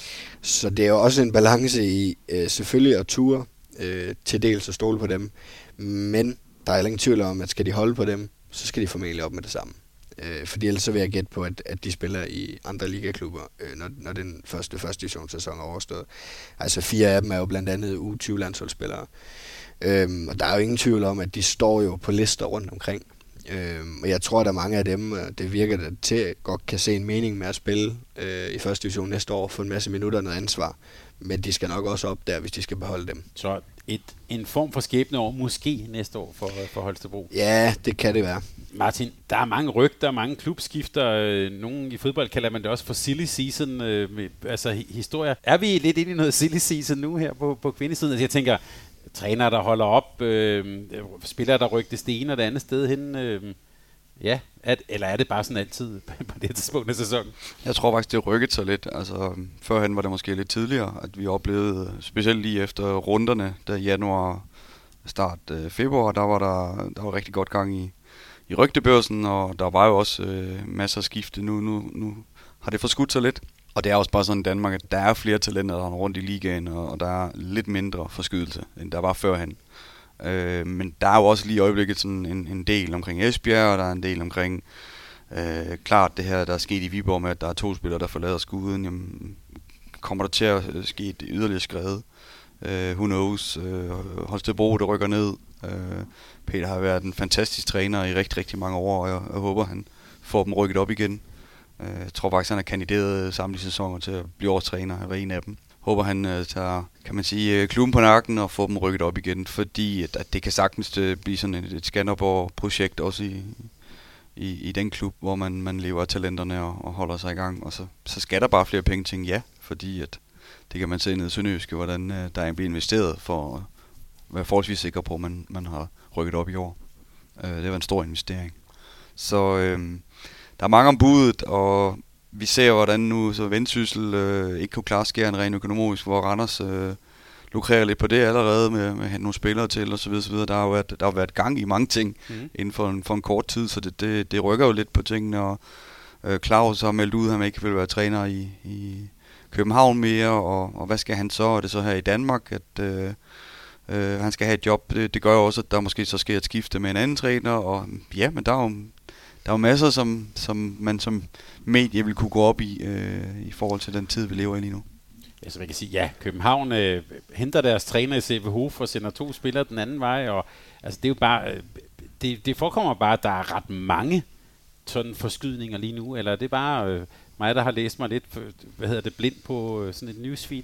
Så det er jo også en balance i øh, selvfølgelig at ture øh, til dels at stole på dem, men der er ingen tvivl om, at skal de holde på dem, så skal de formentlig op med det samme. Øh, fordi ellers så vil jeg gætte på, at, at de spiller i andre ligaklubber, øh, når, når den første, første divisionssæson er overstået. Altså fire af dem er jo blandt andet U tyve landsholdsspillere. Øh, og der er jo ingen tvivl om, at de står jo på lister rundt omkring. Øh, og jeg tror, at der er mange af dem, det virker der til, godt kan se en mening med at spille øh, i første division næste år, få en masse minutter og noget ansvar. Men de skal nok også op der, hvis de skal beholde dem. Så et, en form for skæbneår måske næste år for, for Holstebro? Ja, det kan det være. Martin, der er mange rygter, mange klubskifter. Nogle i fodbold kalder man det også for silly season. Øh, altså historier. Er vi lidt inde i noget silly season nu her på, på kvindesiden? Altså jeg tænker, trænere, der holder op, øh, spillere, der rygtes det ene og det andet sted hen. Øh, ja, at, eller er det bare sådan altid på det tidspunkt af sæsonen? Jeg tror faktisk, det rykket sig lidt. Altså, førhen var det måske lidt tidligere, at vi oplevede, specielt lige efter runderne, der i januar start øh, februar, der var der, der var rigtig godt gang i, i rygtebørsen, og der var jo også øh, masser af skifte. Nu, nu, nu har det forskudt sig lidt. Og det er også bare sådan i Danmark, at der er flere talenter der er rundt i ligaen, og, og der er lidt mindre forskydelse, end der var førhen. Øh, men der er jo også lige i øjeblikket sådan en, en del omkring Esbjerg, og der er en del omkring øh, klart det her, der er sket i Viborg med, at der er to spillere, der forlader skuden. Jamen, kommer der til at ske et yderligere skred? Uh, who knows? Uh, Holstebro, der rykker ned. Uh, Peter har været en fantastisk træner i rigtig, rigtig mange år, og jeg, jeg håber, han får dem rykket op igen. Uh, jeg tror faktisk, han er kandideret samtlige sæsoner til at blive årstræner. Jeg var en af dem. Håber, han uh, tager, kan man sige, klubben på nakken og får dem rykket op igen, fordi at, at det kan sagtens uh, blive sådan et, et Skanderborg-projekt også i, i, i den klub, hvor man, man lever af talenterne og, og holder sig i gang. Og så, så skal der bare flere penge til, ja, fordi at det kan man se ned i Sønderjyske, hvordan øh, der er blevet investeret for at være forholdsvis sikker på, at man, man har rykket op i år. Øh, det var en stor investering. Så øh, der er mange om budet, og vi ser, hvordan nu så Vendsyssel øh, ikke kunne klare skæren rent økonomisk, hvor Randers øh, lukrerer lidt på det allerede med, med at hente nogle spillere til osv. osv. Der har jo været, der har været gang i mange ting mm. inden for en, for en kort tid, så det, det, det rykker jo lidt på tingene, og øh, Claus har meldt ud, at han ikke vil være træner i, i København mere, og, og hvad skal han så? Er det så her i Danmark, at øh, øh, han skal have et job? Det, det gør jo også, at der måske så sker et skifte med en anden træner, og ja, men der er jo, der er jo masser, som, som man som medie vil kunne gå op i, øh, i forhold til den tid, vi lever i lige nu. Ja, så man kan sige, ja, København øh, henter deres træner i C V Hof og sender to spillere den anden vej, og altså det er jo bare, øh, det, det forekommer bare, at der er ret mange sådan forskydninger lige nu, eller det er bare øh, mig, der har læst mig lidt, hvad hedder det, blind på øh, sådan et newsfeed?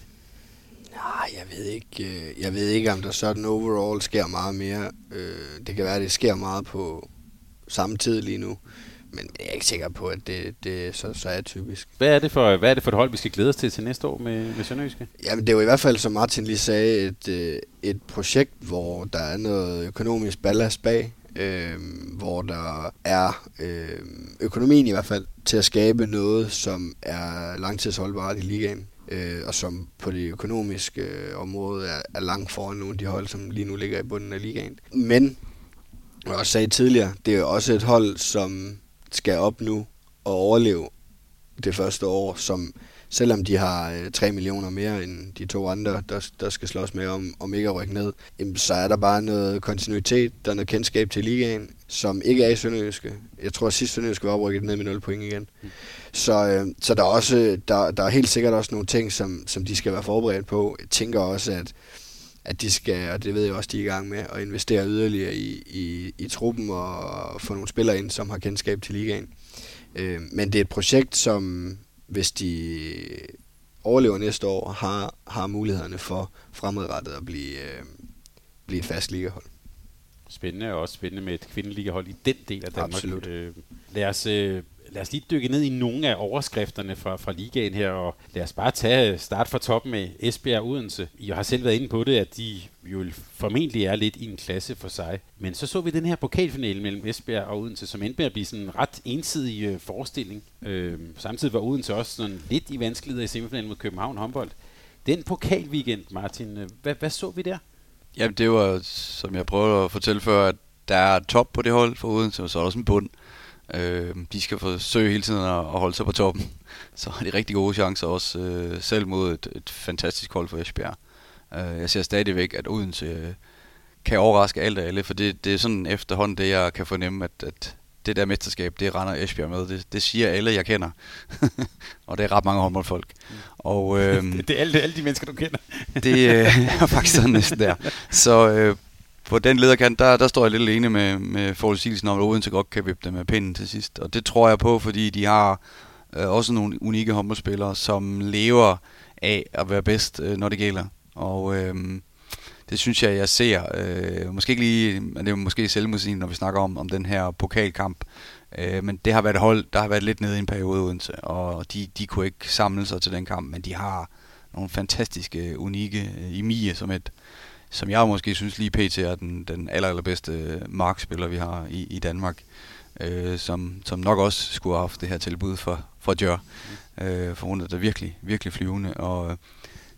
Nej, jeg ved ikke, øh, jeg ved ikke, om der sådan overall sker meget mere. Øh, det kan være, at det sker meget på samme tid lige nu, men jeg er ikke sikker på, at det, det så, så er typisk. Hvad er det for, hvad er det for et hold, vi skal glæde os til til næste år med, med Sønderjyske? Jamen, det er jo i hvert fald, som Martin lige sagde, et, øh, et projekt, hvor der er noget økonomisk ballast bag, øh, hvor der er øh, økonomien i hvert fald til at skabe noget, som er langtidsholdbart i ligaen, øh, og som på det økonomiske øh, område er, er langt foran nogle af de hold, som lige nu ligger i bunden af ligaen. Men, som jeg også sagde tidligere, det er også et hold, som skal op nu og overleve det første år, som selvom de har øh, tre millioner mere end de to andre, der, der skal slås med om, om ikke at rykke ned, jamen, så er der bare noget kontinuitet, der er noget kendskab til ligaen, som ikke er i Sønderjyske. Jeg tror, at sidst Sønderjyske var oprykket ned med nul point igen. Mm. Så, øh, så der er også der, der er helt sikkert også nogle ting, som, som de skal være forberedt på. Jeg tænker også, at at de skal, og det ved jeg også, de er i gang med, at investere yderligere i, i, i truppen og få nogle spillere ind, som har kendskab til ligaen. Øh, men det er et projekt, som hvis de overlever næste år, har, har mulighederne for fremadrettet at blive, øh, blive et fast ligahold. Spændende, og også spændende med et kvindeligahold i den del af Danmark. Absolut. Øh, lad os... Øh Lad os lige dykke ned i nogle af overskrifterne fra, fra ligaen her, og lad os bare tage start fra toppen med Esbjerg og Odense. I har selv været inde på det, at de jo formentlig er lidt i en klasse for sig. Men så så vi den her pokalfinale mellem Esbjerg og Odense, som endte med at blive sådan en ret ensidig øh, forestilling. Øh, samtidig var Odense også sådan lidt i vanskeligheder i semifinalen mod København håndbold. Den pokalweekend, Martin, øh, hvad, hvad så vi der? Jamen det var, som jeg prøvede at fortælle før, at der er top på det hold for Odense, og så er der også en bund. Øh, de skal forsøge hele tiden at, at holde sig på toppen. Så har de rigtig gode chancer også, øh, selv mod et, et fantastisk hold for Esbjerg. Øh, jeg ser stadigvæk, at Odense øh, kan overraske alt og alle, for det, det er sådan efterhånden det, jeg kan fornemme, at, at det der mesterskab, det render Esbjerg med. Det, det siger alle, jeg kender. Og det er ret mange håndboldfolk. Mm. Og, øh, det, det er alle, alle de mennesker, du kender. Det øh, er faktisk sådan næsten der. Så øh, på den lederkant, der, der står jeg lidt alene med, med forudsigelsen om, at Odense godt kan vippe dem med pinden til sidst. Og det tror jeg på, fordi de har øh, også nogle unikke håndboldspillere, som lever af at være bedst, øh, når det gælder. Og øh, det synes jeg, jeg ser. Øh, måske ikke lige, men det er måske selvmodsigende, når vi snakker om, om den her pokalkamp. Øh, men det har været et hold, der har været lidt nede i en periode Odense, og de, de kunne ikke samle sig til den kamp, men de har nogle fantastiske, unikke øh, Emie, som et som jeg måske synes lige pt. Er den, den aller, allerbedste markspiller, vi har i, i Danmark, øh, som, som nok også skulle have haft det her tilbud for, for Djør, mm. øh, for hun er der virkelig, virkelig flyvende, og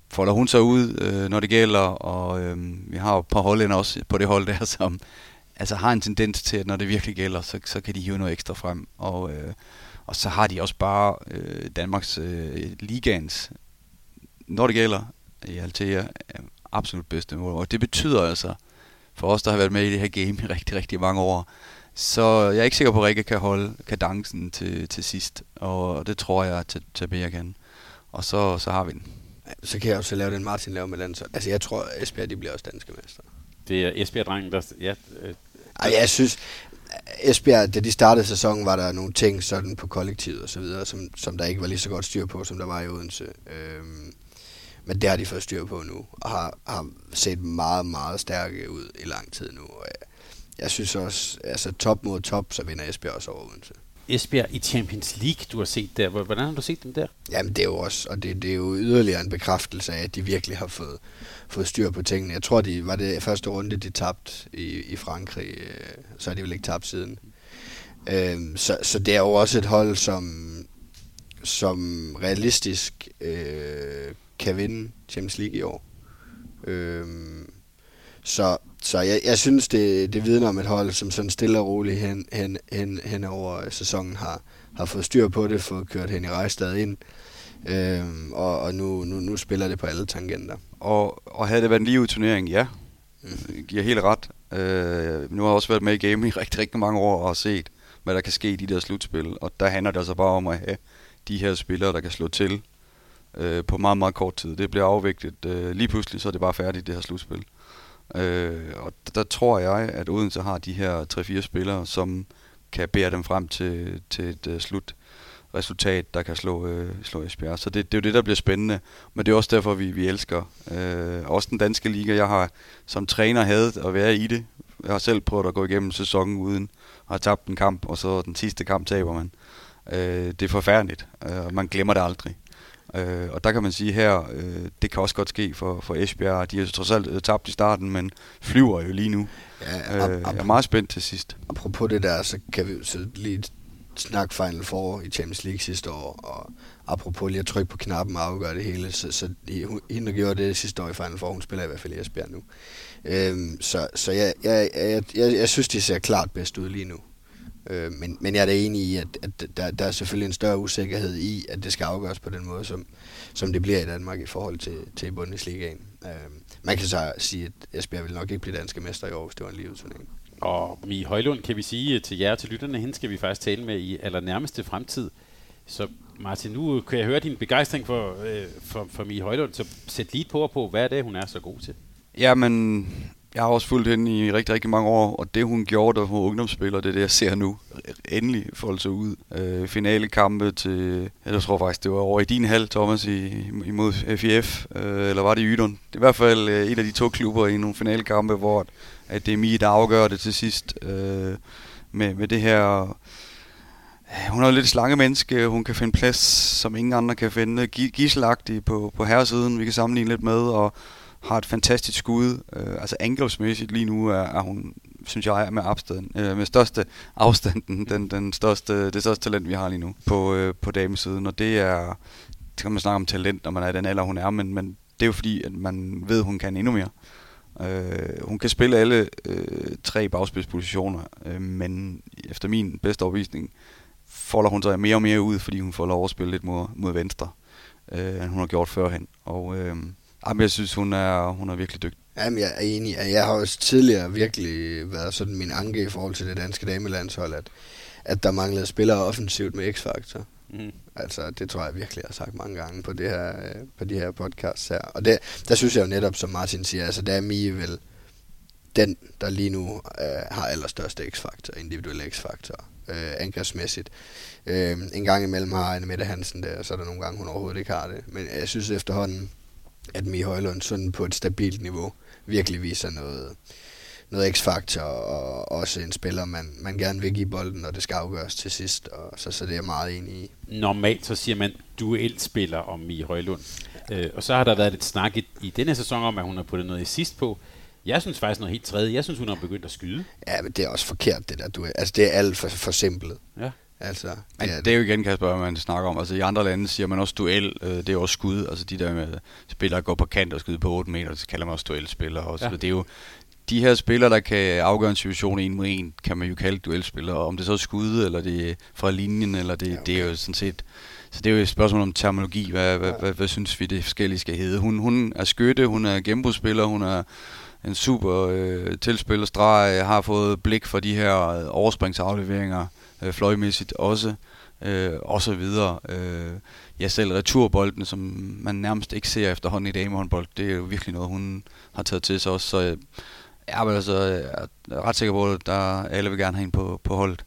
folder hun sig ud, øh, når det gælder, og øh, vi har jo et par hollænder også på det hold der, som altså har en tendens til, at når det virkelig gælder, så, så kan de hive noget ekstra frem. Og, øh, og så har de også bare øh, Danmarks øh, ligaens, når det gælder, i Altea, absolut bedste mål. Og det betyder altså, for os, der har været med i det her game i rigtig, rigtig mange år, så jeg er ikke sikker på, at Rikke kan holde kadencen til, til sidst. Og det tror jeg, at Tabea kan. Og så, så har vi den. Så kan jeg også lave den, Martin laver med landshold. Altså, jeg tror, at Esbjerg, de bliver også danske mester. Det er Esbjerg-drengen, der... Ja, øh, Ej, jeg synes, Esbjerg, da de startede sæsonen, var der nogle ting sådan på kollektivet og så videre, som, som der ikke var lige så godt styr på, som der var i Odense. Øhm, men det har de fået styr på nu, og har, har set meget, meget stærke ud i lang tid nu. Og jeg, jeg synes også, altså top mod top, så vinder Esbjerg også over Odense. Esbjerg i Champions League, du har set der. Hvordan har du set dem der? Jamen det er jo også, og det, det er jo yderligere en bekræftelse af, at de virkelig har fået, fået styr på tingene. Jeg tror, de var det første runde, de tabte i, i Frankrig, så har de vel ikke tabt siden. Øhm, så, så det er jo også et hold, som, som realistisk øh, kan vinde Champions League i år. Øhm, så så jeg, jeg synes, det, det vidner om et hold, som sådan stille og roligt hen, hen, hen, hen over sæsonen har, har fået styr på det, fået kørt hen i Rejstad ind, øhm, og, og nu, nu, nu spiller det på alle tangenter. Og, og havde det været en live turnering, ja, mm. giver helt ret. Øh, nu har jeg også været med i game i rigtig, rigtig mange år og set, hvad der kan ske i de der slutspil, og der handler det altså bare om at have de her spillere, der kan slå til øh, på meget, meget kort tid. Det bliver afviklet øh, lige pludselig, så er det bare færdigt, det her slutspil. Øh, og der tror jeg, at Odense har de her tre fire spillere, som kan bære dem frem til, til et uh, slutresultat, der kan slå, øh, slå Esbjerg. Så det, det er jo det, der bliver spændende. Men det er også derfor, vi, vi elsker øh, også den danske liga. Jeg har som træner hadet at være i det. Jeg har selv prøvet at gå igennem sæsonen uden at have tabt en kamp, og så den sidste kamp taber man. Øh, det er forfærdeligt, øh, og man glemmer det aldrig. Øh, og der kan man sige her, øh, det kan også godt ske for, for Esbjerg. De har trods alt tabt i starten, men flyver jo lige nu. Ja, øh, jeg er meget spændt til sidst. Apropos det der, så kan vi så lige snakke Final Four i Champions League sidste år, og apropos lige at trykke på knappen og afgøre det hele, så, så hende, der gjorde det sidste år i Final Four, hun spiller i hvert fald i Esbjerg nu. Øhm, så så jeg, jeg, jeg, jeg, jeg synes, de ser klart bedst ud lige nu. Øh, men, men jeg er da enig i, at, at der, der er selvfølgelig en større usikkerhed i, at det skal afgøres på den måde, som, som det bliver i Danmark i forhold til, til Bundesligaen. Øh, man kan så sige, at Esbjerg vil nok ikke blive danske mester i år, hvis det var en liveturnering. Og Mie Højlund, kan vi sige til jer, til lytterne, hende skal vi faktisk tale med i allernærmeste fremtid. Så Martin, nu kan jeg høre din begejstring for, øh, for, for Mie Højlund, så sæt lige på på, hvad er det, hun er så god til? Jamen, jeg har også fulgt hende i rigtig, rigtig mange år, og det hun gjorde, da hun var ungdomsspiller, det er det, jeg ser nu. Endelig folde sig ud. Øh, finalekampe til, jeg tror faktisk, det var over i din hal, Thomas, i, imod F I F, øh, eller var det i Ydun? Det er i hvert fald øh, en af de to klubber i nogle finalekampe, hvor at det er Mie, der afgør det til sidst. Øh, med, med det her... Hun er jo lidt et slangemenneske, hun kan finde plads, som ingen andre kan finde. Gisselagtig på, på herresiden, vi kan sammenligne lidt med, og har et fantastisk skud. Øh, altså angrebsmæssigt lige nu er, er hun, synes jeg, er med afstand, øh, med største afstanden, den, den største, det største talent, vi har lige nu på, øh, på damesiden. Og det er, det kan man snakke om talent, når man er i den alder, hun er, men, men det er jo fordi, at man ved, at hun kan endnu mere. Øh, hun kan spille alle øh, tre bagspidspositioner, øh, men efter min bedste overbevisning folder hun sig mere og mere ud, fordi hun får lov at spille lidt mod, mod venstre, øh, end hun har gjort førhen. Og øh, jamen, jeg synes, hun er, hun er virkelig dygtig. Jamen, jeg er enig. Jeg har også tidligere virkelig været sådan min anke i forhold til det danske damelandshold, at, at der manglede spillere offensivt med X-faktor. Mm. Altså, det tror jeg virkelig, jeg har sagt mange gange på, det her, på de her podcasts her. Og det, der synes jeg jo netop, som Martin siger, altså der er Mie vel den, der lige nu øh, har allerstørste X-faktor, individuelle X-faktor, øh, angrebsmæssigt. Øh, en gang imellem har Anne Mette Hansen der, så er der nogle gange, hun overhovedet ikke har det. Men jeg synes efterhånden, at Mie Højlund sådan på et stabilt niveau virkelig viser noget, noget X-faktor, og også en spiller, man, man gerne vil give bolden, når det skal afgøres til sidst, og så, så det er jeg meget enig i. Normalt så siger man duelspiller om Mie Højlund, øh, og så har der været lidt snak i, i denne sæson om, at hun har puttet noget i sidst på. Jeg synes faktisk noget helt tredje. Jeg synes, hun har begyndt at skyde. Ja, men det er også forkert, det der duel. Altså, det er alt for, for simpelt. Ja. Altså, det, men er det. det er jo igen, Kasper, man snakker om. Altså i andre lande siger man også duel, øh, det er også skud. Altså de der med spillere går på kant og skyder på otte meter, det kalder man også duelspillere også. Ja. Det er jo de her spillere, der kan afgøre en situation en mod en, kan man jo kalde duelspillere. Om det så er skud, eller det er fra linjen, eller det, ja, okay. det er jo sådan set. Så det er jo et spørgsmål om terminologi. Hvad, hvad, ja. hvad, hvad synes vi, det forskellige skal hedde? Hun, hun er skytte, hun er gennembrudsspiller, hun er en super øh, tilspiller, streg, har fået blik for de her overspringsafleveringer, øh, fløjmæssigt også, øh, og så videre. Øh, ja, selv returbolden, som man nærmest ikke ser efterhånden i damehåndbold, det er jo virkelig noget, hun har taget til sig også. Så øh, jeg er, altså, jeg er ret sikker på, at der alle vil gerne have hende på, på holdet.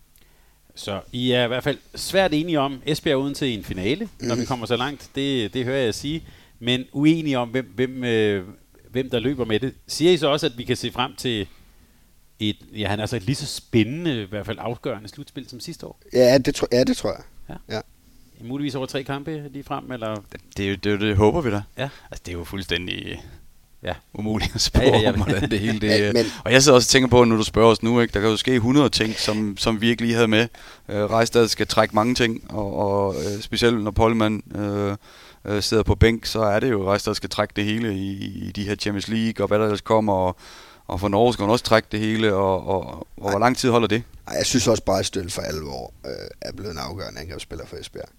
Så I er i hvert fald svært enige om Esbjerg uden til en finale, når mm. vi kommer så langt. Det, det hører jeg sige. Men uenige om, hvem, hvem, øh, hvem der løber med det. Siger I så også, at vi kan se frem til et, ja, han er altså et lige så spændende, i hvert fald afgørende slutspil som sidste år? Ja, det, tro, ja, det tror jeg. Ja. Ja. Muligvis over tre kampe lige frem, eller? Det, det, det, det håber vi da. Ja. Altså, det er jo fuldstændig... Ja, umuligt at spørge ja, ja, ja. om, hvordan det hele det ja, men, og jeg sidder også og tænker på, når du spørger os nu, ikke, der kan jo ske hundrede ting, som, som vi ikke lige havde med. Øh, Rejstad skal trække mange ting, og, og øh, specielt når Pollmann øh, øh, sidder på bænk, så er det jo, Rejstad skal trække det hele i, i de her Champions League, og hvad der ellers kommer, og, og for Norge skal han også trække det hele, og, og, og hvor lang tid holder det? Ej, jeg synes også bare, at Støl for alvor øh, er blevet en afgørende angrebsspiller for Esbjerg.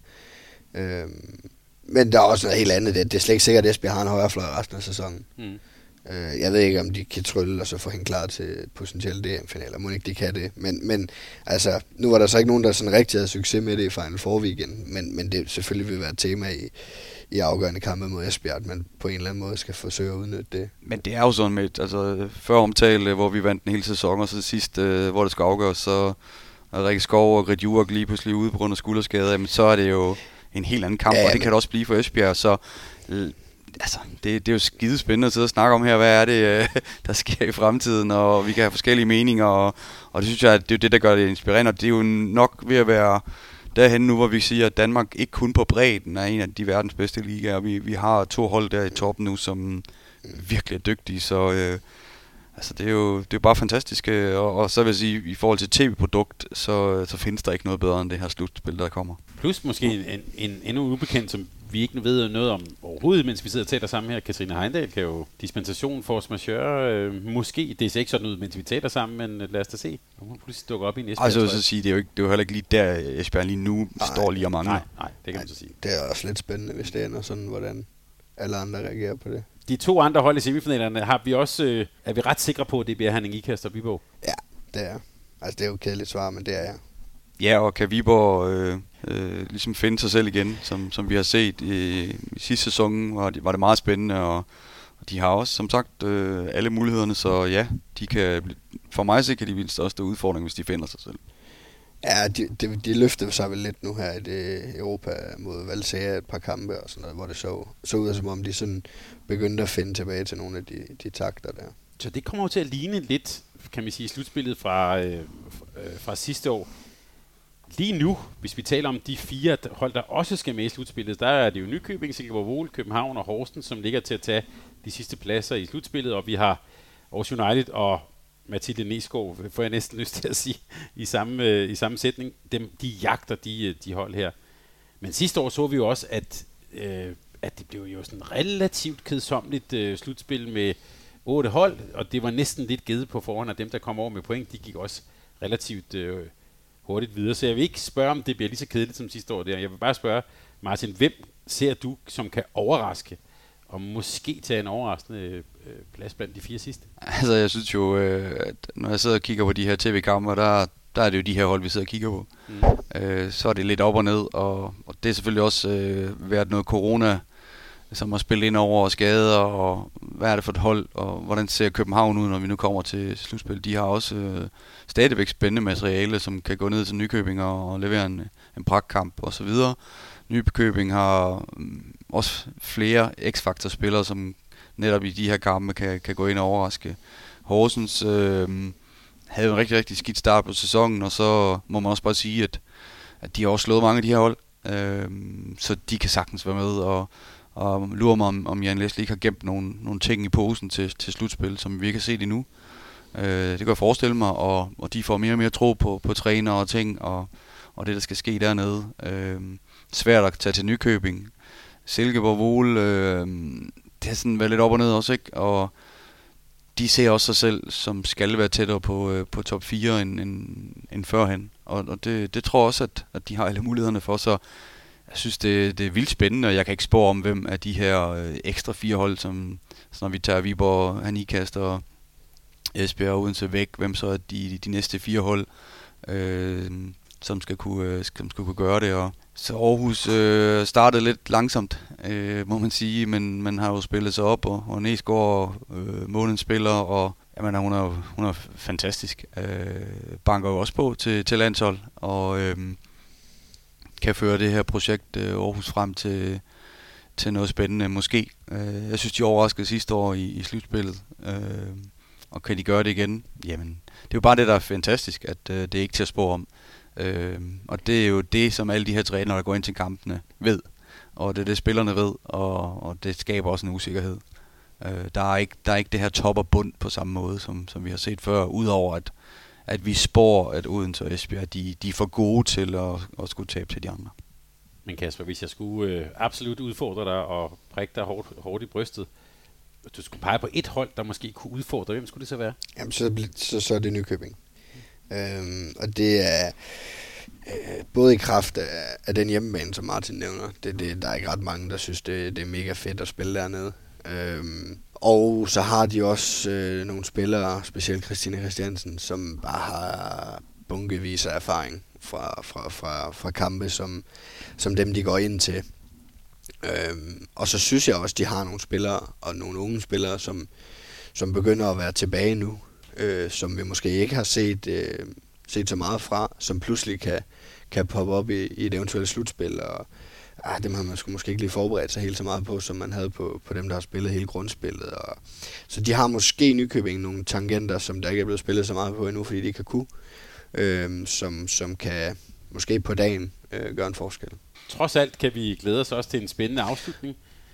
Øh, men der er også noget helt andet. Det, det er slet ikke sikkert, at Esbjerg har en højre fløj resten af sæsonen. Mm. Jeg ved ikke, om de kan trylle og så få hende klar til potentielle D M-finaler. Må ikke de kan det. Men, men altså, nu var der så ikke nogen, der sådan rigtig havde succes med det i Final Four weekend. Men, men det selvfølgelig vil være et tema i, i afgørende kampe mod Esbjerg, men på en eller anden måde skal forsøge at udnytte det. Men det er jo sådan med, altså før omtale, hvor vi vandt en hel sæson, og så sidst, øh, hvor det skal afgøres, så er Rikke Skov og Grit Jurek lige pludselig ude på grund af skulderskader. Men så er det jo en helt anden kamp, ja, og det men... kan det også blive for Esbjerg. Så øh, altså, det, det er jo skide spændende at sidde og snakke om her, hvad er det, øh, der sker i fremtiden, og vi kan have forskellige meninger, og, og det synes jeg, at det er det, der gør det inspirerende, og det er jo nok ved at være derhen nu, hvor vi siger, at Danmark ikke kun på bredden er en af de verdens bedste ligaer. Vi, vi har to hold der i toppen nu, som virkelig er dygtige, så øh, altså, det er jo det er bare fantastisk, og, og så vil jeg sige, i forhold til tv-produkt, så, så findes der ikke noget bedre end det her slutspil, der kommer. Plus måske en, en, en endnu ubekendt, som vi ikke ved noget om overhovedet, mens vi sidder og taler sammen her. Katrine Heindal kan jo dispensation force majeure. Øh, måske, det ser ikke sådan ud, mens vi taler sammen, men lad os da se. Hun pludselig dukker op i en Esbjerg. Altså, så sige, det er jo ikke, det er jo heller ikke lige der, Esbjerg lige nu nej, står lige og mangler. Nej, nej, det kan man så sige. Det er også lidt spændende, hvis det ender sådan, hvordan alle andre reagerer på det. De to andre hold i semifinalerne har vi også, øh, er vi ret sikre på, at det bliver Herning Ikast og Viborg? Ja, det er. Altså, det er jo et kedeligt svar, men det er jeg. Ja, og kan Viborg øh, øh, ligesom finde sig selv igen, som, som vi har set i, i sidste sæson, var det, var det meget spændende, og, og de har også, som sagt, øh, alle mulighederne, så ja, de kan, for mig så kan de vildt største udfordring, hvis de finder sig selv. Ja, de, de, de løftede sig vel lidt nu her i det Europa mod Valsea et par kampe og sådan noget, hvor det så, så ud som om de sådan begyndte at finde tilbage til nogle af de, de takter der. Så det kommer jo til at ligne lidt, kan vi sige, slutspillet fra, øh, fra sidste år. Lige nu, hvis vi taler om de fire hold, der også skal med i slutspillet, der er det jo Nykøbing, Silkeborg, København og Horsens, som ligger til at tage de sidste pladser i slutspillet, og vi har Aarhus United og Mathilde Nesgaard, får jeg næsten lyst til at sige, i samme, øh, i samme sætning. Dem, de jagter de, de hold her. Men sidste år så vi jo også, at, øh, at det blev jo sådan relativt kedsommeligt øh, slutspil med otte hold, og det var næsten lidt givet på forhånd, at dem, der kom over med point, de gik også relativt øh, hurtigt videre. Så jeg vil ikke spørge, om det bliver lige så kedeligt som sidste år der. Jeg vil bare spørge, Martin, hvem ser du, som kan overraske, og måske tage en overraskende øh, plads blandt de fire sidste? Altså, jeg synes jo, øh, at når jeg sidder og kigger på de her tv-kamper, der, der er det jo de her hold, vi sidder og kigger på. Mm. Øh, så er det lidt op og ned, og, og det er selvfølgelig også øh, været noget corona, som har spillet ind over og skader, og hvad er det for et hold, og hvordan ser København ud, når vi nu kommer til slutspil. De har også øh, stadigvæk spændende materiale, som kan gå ned til Nykøbing og, og levere en, en pragtkamp og så videre. Nykøbing har um, også flere X-faktor-spillere, som netop i de her kampe kan, kan gå ind og overraske. Horsens øh, havde en rigtig, rigtig skidt start på sæsonen, og så må man også bare sige, at, at de har også slået mange af de her hold, øh, så de kan sagtens være med, og, og lurer mig, om, om Jan Leslie ikke har gemt nogle, nogle ting i posen til, til slutspil, som vi ikke har set endnu. Øh, det kan jeg forestille mig, og, og de får mere og mere tro på, på træner og ting, og og det, der skal ske dernede. Øh, svært at tage til Nykøbing. Silkeborg Vol, øh, det har sådan været lidt op og ned også, ikke? Og de ser også sig selv, som skal være tættere på, øh, på top fire end, end, end førhen. Og, og det, det tror jeg også, at, at de har alle mulighederne for. Så jeg synes, det, det er vildt spændende, og jeg kan ikke spå om, hvem af de her øh, ekstra fire hold, som så når vi tager Viborg, Hanikast og Esbjerg og Odense væk, hvem så er de, de næste fire hold, øh, som, skal kunne, øh, som skal kunne gøre det. Og så Aarhus øh, startede lidt langsomt, øh, må man sige, men man har jo spillet sig op, og, og Næsgaard øh, månedens spiller, og jamen, hun, er, hun er fantastisk. Øh, banker jo også på til, til landshold, og øh, kan føre det her projekt øh, Aarhus frem til, til noget spændende, måske. Øh, jeg synes, de overraskede sidste år i, i slutspillet, øh, og kan de gøre det igen? Jamen, det er jo bare det, der er fantastisk, at øh, det er ikke til at spå om. Øh, og det er jo det, som alle de her trænere, der går ind til kampene, ved. Og det er det, spillerne ved, og, og det skaber også en usikkerhed. Øh, der, er ikke, der er ikke det her top og bund på samme måde, som, som vi har set før, udover at, at vi spår, at Odense og Esbjerg, de, de er for gode til at, at skulle tabe til de andre. Men Kasper, hvis jeg skulle øh, absolut udfordre dig og prikke dig hårdt, hårdt i brystet, hvis du skulle pege på et hold, der måske kunne udfordre, hvem skulle det så være? Jamen, så, så, så er det Nykøbing. Øhm, og det er øh, både i kraft af, af den hjemmebane, som Martin nævner. Det, det, der er ikke ret mange, der synes, det, det er mega fedt at spille dernede. Øhm, og så har de også øh, nogle spillere, specielt Christine Christiansen, som bare har bunkevis af erfaring fra, fra, fra, fra kampe, som, som dem, de går ind til. Øhm, og så synes jeg også, de har nogle spillere, og nogle unge spillere, som, som begynder at være tilbage nu, øh, som vi måske ikke har set, øh, set så meget fra, som pludselig kan, kan poppe op i, i et eventuelt slutspil, og ah, dem har man måske ikke lige forberedt sig helt så meget på, som man havde på, på dem, der har spillet hele grundspillet. Og, så de har måske i Nykøbing nogle tangenter, som der ikke er blevet spillet så meget på endnu, fordi de ikke har kunne, øh, som, som kan måske på dagen øh, gøre en forskel. Trods alt kan vi glæde os også til en spændende afslutning.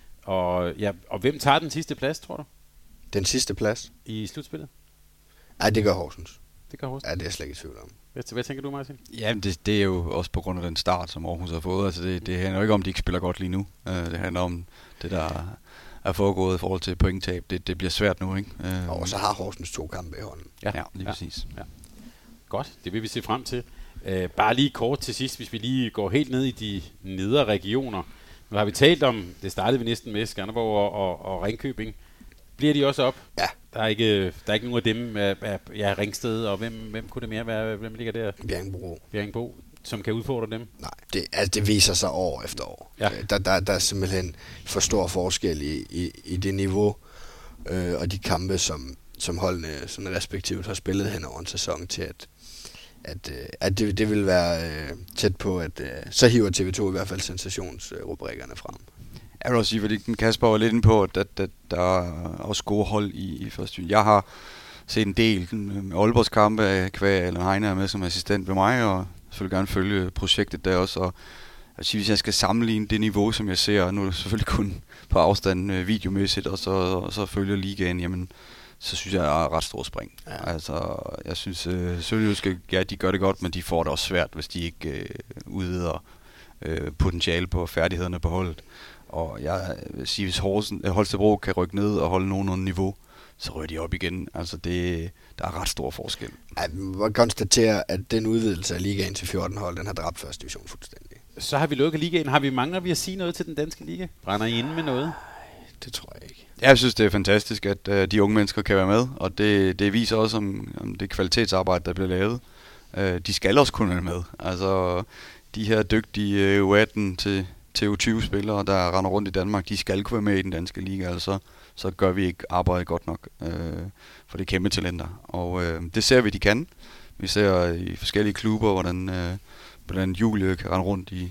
Og, ja, og hvem tager den sidste plads, tror du? Den sidste plads? I slutspillet? Nej, det gør Horsens. Det gør Horsens? Ja, det er jeg slet ikke i tvivl om. Hvad, hvad tænker du, Martin? Jamen, det, det er jo også på grund af den start, som Aarhus har fået. Altså, det, det handler jo ikke om, at de ikke spiller godt lige nu. Uh, det handler om det, der er foregået i forhold til pointtab. Det, det bliver svært nu, ikke? Uh, og så har Horsens to kampe i hånden. Ja, ja lige præcis. Ja. Godt, det vil vi se frem til. Uh, bare lige kort til sidst, hvis vi lige går helt ned i de nedre regioner. Nu har vi talt om, det startede vi næsten med, Skanderborg og, og, og Ringkøbing. Bliver de også op? Ja. Der er ikke, der er ikke nogen af dem, af, ja, Ringsted, og hvem, hvem kunne det mere være? Hvem ligger der? Bjerringbro. Bjerringbro, som kan udfordre dem? Nej, det, altså det viser sig år efter år. Ja. Der, der, der er simpelthen for stor forskel i, i, i det niveau øh, og de kampe, som, som holdene sådan respektivt har spillet hen over en sæson til, at, at, øh, at det, det vil være øh, tæt på, at øh, så hiver T V to i hvert fald sensationsrubrikkerne frem. Jeg vil også sige, fordi Kasper var lidt inde på, at, at, at der er også gode hold i, i første. Jeg har set en del med Aalborgs kampe af Kvæg, eller Heine er med som assistent ved mig, og selvfølgelig gerne følge projektet der også. Og jeg vil sige, hvis jeg skal sammenligne det niveau, som jeg ser, nu er det selvfølgelig kun på afstand videomæssigt, og så, og så følger ligaen, jamen, så synes jeg, der er ret stor spring. Ja. Altså, jeg synes, øh, Sønderjyske, ja, de gør det godt, men de får det også svært, hvis de ikke øh, udvider øh, potentiale på færdighederne på holdet. Og jeg vil sige, hvis Holstebro kan rykke ned og holde nogenlunde niveau, så ryger de op igen. Altså, det, der er ret stor forskel. Jeg må konstatere, at den udvidelse af ligaen til fjorten hold, den har dræbt første division fuldstændig. Så har vi lukket ligaen. Har vi mangler vi at sige noget til den danske liga? Brænder I inde med noget? Det tror jeg ikke. Jeg synes, det er fantastisk, at uh, de unge mennesker kan være med, og det, det viser også om, om det kvalitetsarbejde, der bliver lavet. Uh, de skal også kunne være med. Altså, de her dygtige uh, U atten til til U tyve spillere, der render rundt i Danmark, de skal kunne være med i den danske liga, altså så gør vi ikke arbejdet godt nok, øh, for det er kæmpe talenter. Og øh, det ser vi, de kan. Vi ser i forskellige klubber, hvordan, øh, hvordan Julie kan rende rundt i,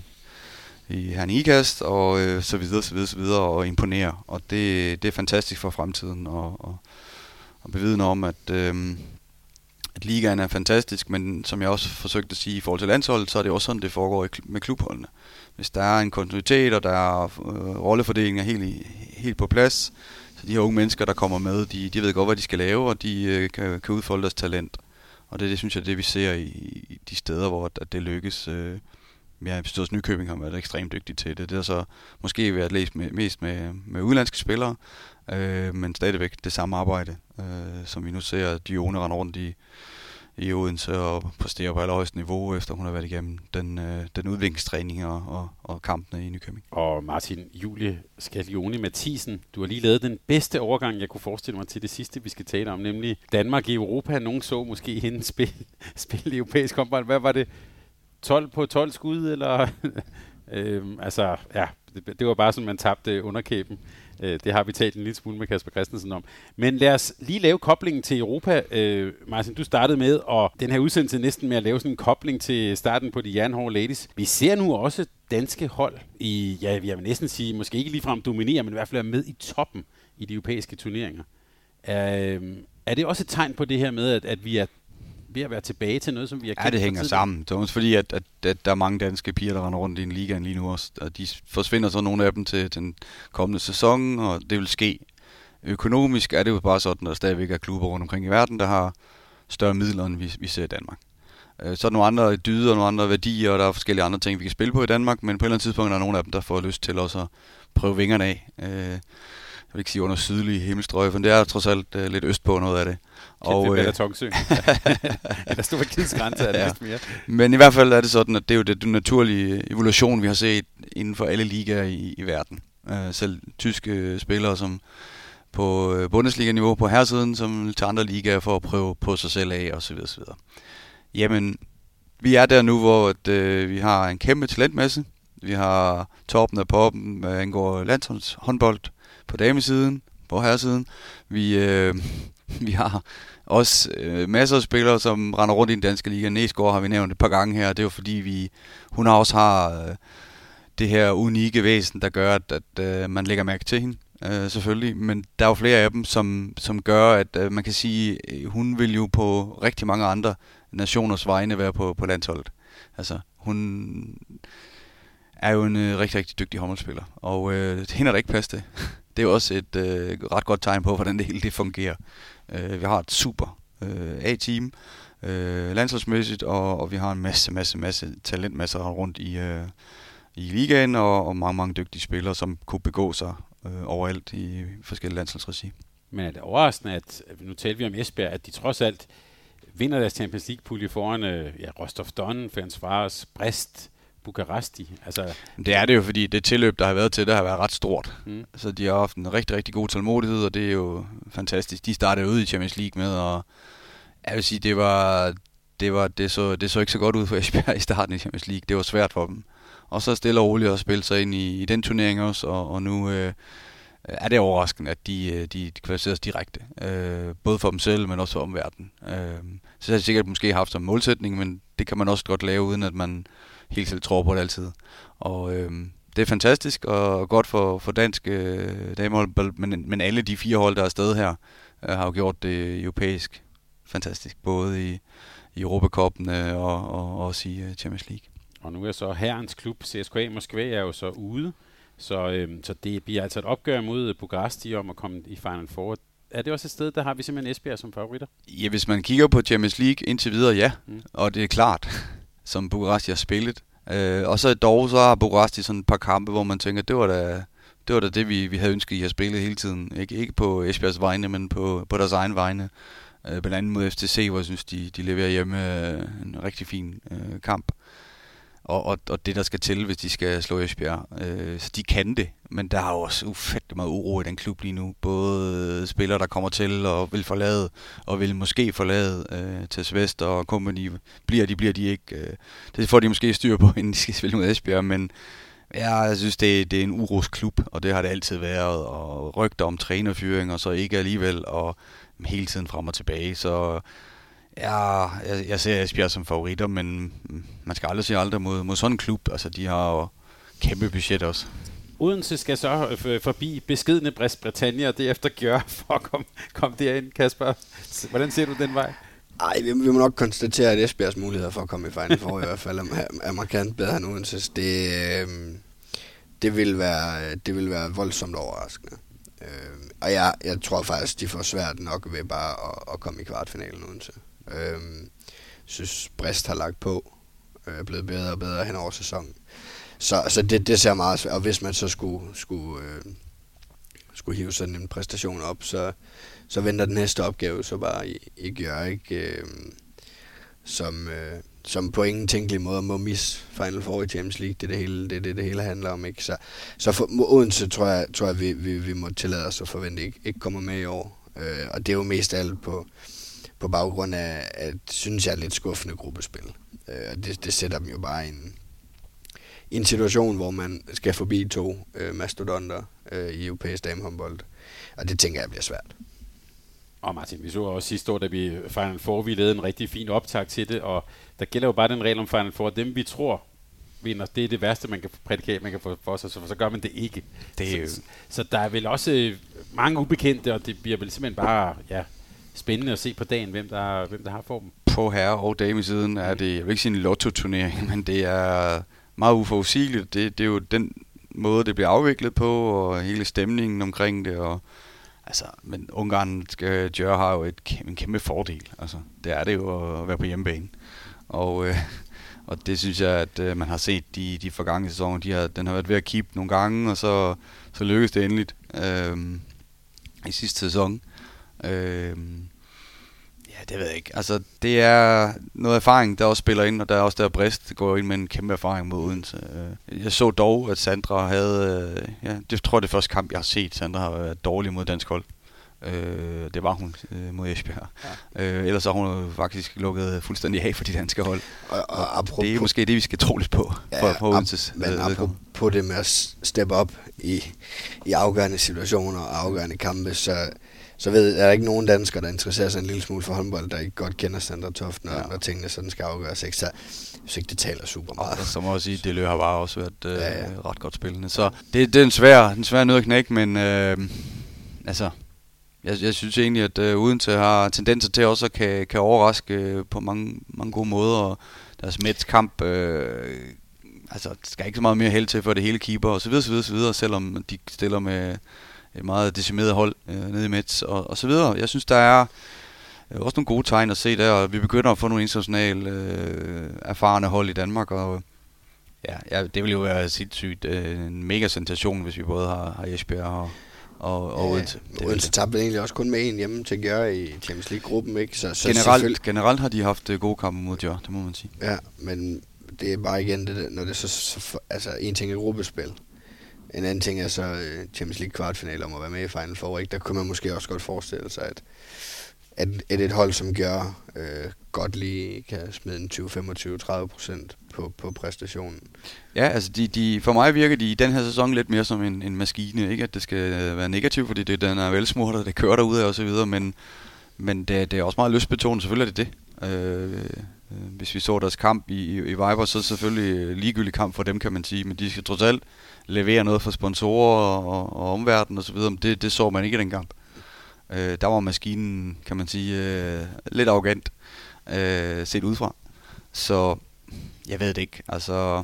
i Hanikast, og øh, så videre, så videre, så videre, og imponere. Og det, det er fantastisk for fremtiden, og, og, og bevidne om, at, øh, at ligaen er fantastisk, men som jeg også forsøgte at sige i forhold til landsholdet, så er det også sådan, det foregår i, med klubholdene. Hvis der er en kontinuitet, og der er øh, rollefordelingen er helt, helt på plads, så de her unge mennesker, der kommer med, de, de ved godt, hvad de skal lave, og de øh, kan, kan udfolde deres talent. Og det, det synes jeg, det vi ser i, i de steder, hvor at det lykkes. Øh, ja, Stås Nykøbing har været ekstremt dygtig til det. Det har så måske været læst med, mest med, med udlandske spillere, øh, men stadigvæk det samme arbejde, øh, som vi nu ser, at Dione render rundt i, i Odense og præsterer på allerhøjeste niveau, efter hun har været igennem den, øh, den udviklingstræning og, og, og kampene i Nykøbing. Og Martin Julie Scaglioni Mathisen, du har lige lavet den bedste overgang, jeg kunne forestille mig til det sidste, vi skal tale om, nemlig Danmark i Europa. Nogen så måske hende spille, spille europæisk håndbold. Hvad var det? tolv på tolv skud, eller? øhm, altså, ja, det, det var bare sådan, man tabte underkæben. Øh, det har vi talt en lille smule med Kasper Christensen om. Men lad os lige lave koblingen til Europa. Øh, Martin, du startede med, og den her udsendelse næsten med at lave sådan en kobling til starten på de jernhårde ladies. Vi ser nu også danske hold i, ja, jeg vil næsten sige, måske ikke ligefrem dominere, men i hvert fald er med i toppen i de europæiske turneringer. Øh, er det også et tegn på det her med, at, at vi er ved at være tilbage til noget, som vi har kendt? Ja, det hænger sammen, Thomas, fordi at, at, at der er mange danske piger, der render rundt i en ligaen lige nu også, og de forsvinder så nogle af dem til, til den kommende sæson, og det vil ske. Økonomisk er det jo bare sådan, at der stadigvæk er klubber rundt omkring i verden, der har større midler, end vi, vi ser i Danmark. Så er der nogle andre dyder, nogle andre værdier, og der er forskellige andre ting, vi kan spille på i Danmark, men på et eller andet tidspunkt er der nogle af dem, der får lyst til også at prøve vingerne af. Jeg vil ikke sige under sydlige himmelstrøg, for det er trods alt uh, lidt øst på noget af det. Og øh, Tongsø. Der stod ved kidsgrænse af det næsten mere. Men i hvert fald er det sådan, at det er jo det, det naturlige evolution, vi har set inden for alle ligaer i, i verden. Uh, selv tyske spillere, som på uh, Bundesliga-niveau på herresiden, som til andre ligaer for at prøve på sig selv af, osv. osv. Jamen, vi er der nu, hvor at, uh, vi har en kæmpe talentmasse. Vi har toppen af poppen, hvad angår landsholdshåndbold på damesiden, på herresiden. Vi, øh, vi har også øh, masser af spillere, som render rundt i den danske liga. Næsgaard har vi nævnt et par gange her. Det er jo fordi, vi, hun også har øh, det her unikke væsen, der gør, at, at øh, man lægger mærke til hende, øh, selvfølgelig. Men der er jo flere af dem, som, som gør, at øh, man kan sige, øh, hun vil jo på rigtig mange andre nationers vegne være på, på landsholdet. Altså, hun er jo en øh, rigtig, rigtig dygtig håndboldspiller, og øh, det hende der ikke passe det. Det er jo også et øh, ret godt tegn på, hvordan det hele det fungerer. Øh, vi har et super øh, A-team, øh, landsholdsmæssigt, og, og vi har en masse, masse, masse talentmasser rundt i, øh, i ligaen, og, og mange, mange dygtige spillere, som kunne begå sig øh, overalt i forskellige landsholdsregi. Men er det overraskende, at nu taler vi om Esbjerg, at de trods alt vinder deres Champions League-pulje foran øh, ja, Rostov-Don, Ferencvaros, Brest, Bukaresti. Altså, det er det jo, fordi det tilløb, der har været til det, har været ret stort. Mm. Så de har haft en rigtig, rigtig god tålmodighed, og det er jo fantastisk. De startede ud i Champions League med, og jeg vil sige, det var, det var, det så, det så ikke så godt ud for Esbjerg i starten i Champions League. Det var svært for dem. Og så stille og roligt at spille sig ind i, i den turnering også, og, og nu øh, er det overraskende, at de, de, de kvalificeres direkte. Øh, både for dem selv, men også for omverdenen. Øh, så har de sikkert måske haft som målsætning, men det kan man også godt lave, uden at man helt selv tror på det altid. Og øh, det er fantastisk og godt for, for dansk øh, damehold, men, men alle de fire hold, der er afsted her, øh, har jo gjort det europæisk fantastisk, både i, i Europacupen øh, og, og også i uh, Champions League. Og nu er så herrens klub, C S K A Moskva, er jo så ude, så, øh, så det bliver altså et opgør mod Bukaresti om at komme i Final Four. Er det også et sted, der har vi simpelthen Esbjerg som favoritter? Ja, hvis man kigger på Champions League indtil videre, ja. Mm. Og det er klart, som Bukaresti har spillet. Øh, og så dog så har Bukaresti sådan et par kampe, hvor man tænker, det var da det, var da det vi, vi havde ønsket, I har spillet hele tiden. Ikke, ikke på Esbjergs vegne, men på, på deres egen vegne. Øh, blandt andet mod F C C, hvor jeg synes, de, de leverer hjemme øh, en rigtig fin øh, kamp. Og, og, og det, der skal til, hvis de skal slå Esbjerg. Øh, så de kan det, men der er jo også ufattelig meget uro i den klub lige nu. Både spillere, der kommer til og vil forlade, og vil måske forlade øh, til Svest og company. Bliver de, bliver de ikke. Øh, det får de måske styr på, inden de skal spille mod Esbjerg, men ja, jeg synes, det, det er en uros klub, og det har det altid været. Og rygter om trænerfyring, og så ikke alligevel, og hele tiden frem og tilbage, så ja, jeg, jeg ser Esbjerg som favoritter, men man skal aldrig sige aldrig mod, mod sådan en klub. Altså, de har jo kæmpe budget også. Odense skal så forbi beskedne Brest Bretagne, og derefter gøre for at komme, komme derind, Kasper. Hvordan ser du den vej? Ej, vi, vi må nok konstatere, at Esbjergs muligheder for at komme i Final Four i hvert fald er, er markant bedre end Odense. Det, øh, det, vil være, det vil være voldsomt overraskende. Øh, og jeg, jeg tror faktisk, de får svært nok ved bare at, at komme i kvartfinalen Odense. Øhm, synes Brest har lagt på, er blevet bedre og bedre hen over sæsonen. Så, så det, det ser meget svært, og hvis man så skulle, skulle, øh, skulle hive sådan en præstation op, så, så venter den næste opgave så bare i, i Gjørik, øh, som, øh, som på ingen tænkelig måde må misse Final Four i Champions League. Det er det hele, det, det, det hele handler om, ikke? Så, så for Odense tror jeg, tror jeg vi, vi, vi må tillade os at forvente ikke, ikke kommer med i år. Øh, og det er jo mest alt på, på baggrund af, at synes jeg er lidt skuffende gruppespil. Øh, det, det sætter dem jo bare i en, i en situation, hvor man skal forbi to øh, mastodonter øh, i europæisk damehåndbold. Og det tænker jeg bliver svært. Og Martin, vi så også sidste år, da vi Final Four, vi lavede en rigtig fin optag til det, og der gælder jo bare den regel om Final Four, dem vi tror vinder, det er det værste, man kan prædikere, man kan få for sig, så, så gør man det ikke. Det er jo... så, så der er vel også mange ubekendte, og det bliver vel simpelthen bare ja, spændende at se på dagen, hvem der, hvem der har formen. På herre- og damesiden er det, jeg vil ikke sige en lotto-turnering, men det er meget uforudsigeligt. Det, det er jo den måde, det bliver afviklet på, og hele stemningen omkring det, og altså, men Ungarn skal Gjør har jo et, en kæmpe fordel. Altså, det er det jo at være på hjemmebane. Og, øh, og det synes jeg, at øh, man har set de, de forgangne sæsoner. De har, den har været ved at keep nogle gange, og så, så lykkes det endeligt øh, i sidste sæson. Øh, ja, det ved jeg ikke. Altså, det er noget erfaring, der også spiller ind, og der er også der Brest går ind med en kæmpe erfaring mod Odense. Jeg så dog, at Sandra havde, ja, det tror jeg det første kamp, jeg har set. Sandra har været dårlig mod dansk hold. Øh, det var hun øh, mod Esbjerg. Ja. Øh, ellers har hun jo faktisk lukket fuldstændig af for de danske hold. Og, og, og det er måske det, vi skal tro lidt på. Ja, for, for Odenses, men øh, apropos det med at steppe op i, i afgørende situationer og afgørende kampe, så så ved, er der ikke nogen danskere, der interesserer sig en lille smule for håndbold, der ikke godt kender Sandra Toft, når, ja. når tingene sådan skal afgøres. Ikke? Så hvis ikke det taler super meget. Og så må jeg sige, at Delø har bare også været øh, ja, ja. ret godt spillende. Så det, det er en svær, en svær nød at knække, men øh, altså, jeg, jeg synes egentlig, at øh, Odense har tendenser til også at kan, kan overraske øh, på mange, mange gode måder. Og deres Mets kamp, øh, altså, skal ikke så meget mere held til for det hele keeper, og så videre, så videre, så videre, selvom de stiller med et meget decimeret hold øh, nede i Mets og, og så videre. Jeg synes, der er øh, også nogle gode tegn at se der, og vi begynder at få nogle internationale øh, erfarne hold i Danmark, og ja, ja, det vil jo være sindssygt øh, en mega sensation, hvis vi både har, har Esbjerg og, og, og Odense. Ja, Odense tabte egentlig også kun med en hjemme til Gjør i Champions League-gruppen, ikke? Så, så generelt, generelt har de haft øh, gode kampe mod Gjør, det må man sige. Ja, men det er bare igen, det, når det så, så altså en ting er gruppespil. En anden ting er så uh, Champions League kvartfinale om at være med i Final Four, ikke? Der kunne man måske også godt forestille sig, at, at et, et hold som Gjør øh, godt lige kan smide en tyve, femogtyve, tredive procent på, på præstationen. Ja, altså de, de, for mig virker de i den her sæson lidt mere som en, en maskine, ikke at det skal være negativt, fordi det, den er velsmurt, og det kører derude og så videre, men, men det, det er også meget lystbetonet, selvfølgelig er det det. Øh, hvis vi så deres kamp i, i, i Viber, så er det selvfølgelig ligegyldig kamp for dem, kan man sige, men de skal trods alt levere noget for sponsorer og, og omverdenen og så videre, men det, det så man ikke i den kamp. Øh, der var maskinen, kan man sige, øh, lidt arrogant øh, set udefra. Så jeg ved det ikke. Altså,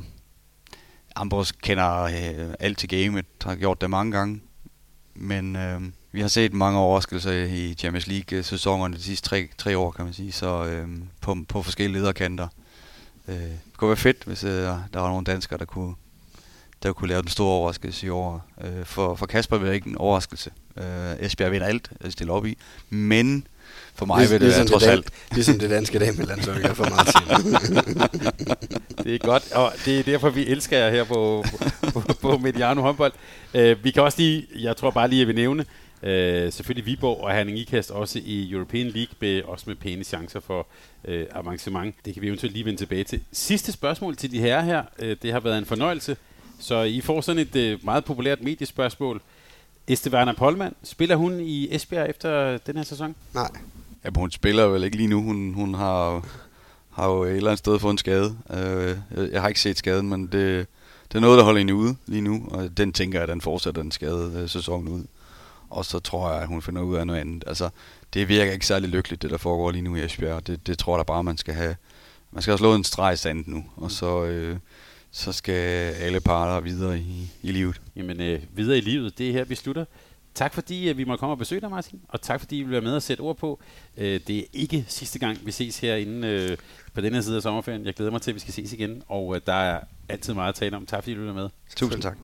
Ambros kender øh, alt til gamet, har gjort det mange gange, men øh, vi har set mange overraskelser i Champions League-sæsonerne de sidste tre, tre år, kan man sige, så øh, på, på forskellige lederkanter. Øh, det kunne være fedt, hvis øh, der var nogle danskere, der kunne der kunne lave den store overraskelse i år. Øh, for, for Kasper vil det ikke en overraskelse. Øh, Esbjerg vinder alt, at stille op i. Men for mig vil det være trods alt. Ligesom det danske dameland, jeg for Martin. Det er godt, og det er derfor, vi elsker jer her på, på, på Mediano håndbold. Uh, vi kan også lige, jeg tror bare lige, at vi nævne, uh, selvfølgelig Viborg og Herning Ikast også i European League, med, også med pæne chancer for uh, avancement. Det kan vi eventuelt lige vende tilbage til. Sidste spørgsmål til de herrer her. Uh, det har været en fornøjelse. Så I får sådan et uh, meget populært mediespørgsmål. Estevana Polman, spiller hun i Esbjerg efter den her sæson? Nej. Ja, hun spiller vel ikke lige nu. Hun, hun har, har jo et eller andet sted fået en skade. Uh, jeg har ikke set skaden, men det, det er noget, der holder hende ude lige nu. Og den tænker jeg, at den fortsætter den skade uh, sæsonen ud. Og så tror jeg, at hun finder ud af noget andet. Altså, det virker ikke særlig lykkeligt, det der foregår lige nu i Esbjerg. Det, det tror jeg da bare, man skal have. Man skal have slået en streg i sandet nu. Og så... Uh, så skal alle parter videre i, i livet. Jamen, øh, videre i livet, det er her, vi slutter Tak fordi vi må komme og besøge dig, Martin, og tak fordi I vil være med og sætte ord på. Det er ikke sidste gang, vi ses herinde på denne her side af sommerferien. Jeg glæder mig til, at vi skal ses igen, og der er altid meget at tale om. Tak fordi du vil være med. Tusind tak.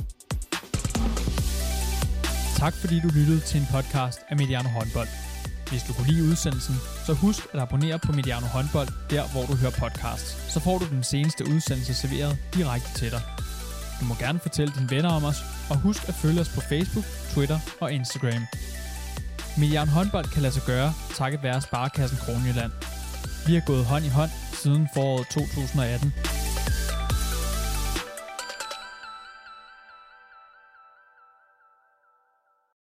Tak fordi du lyttede til en podcast af Mediano Håndbold. Hvis du kunne lide udsendelsen, så husk at abonnere på Mediano Håndbold, der hvor du hører podcasts. Så får du den seneste udsendelse serveret direkte til dig. Du må gerne fortælle dine venner om os, og husk at følge os på Facebook, Twitter og Instagram. Mediano Håndbold kan lade sig gøre, takket være Sparekassen Kronjylland. Vi har gået hånd i hånd siden foråret to tusind og atten.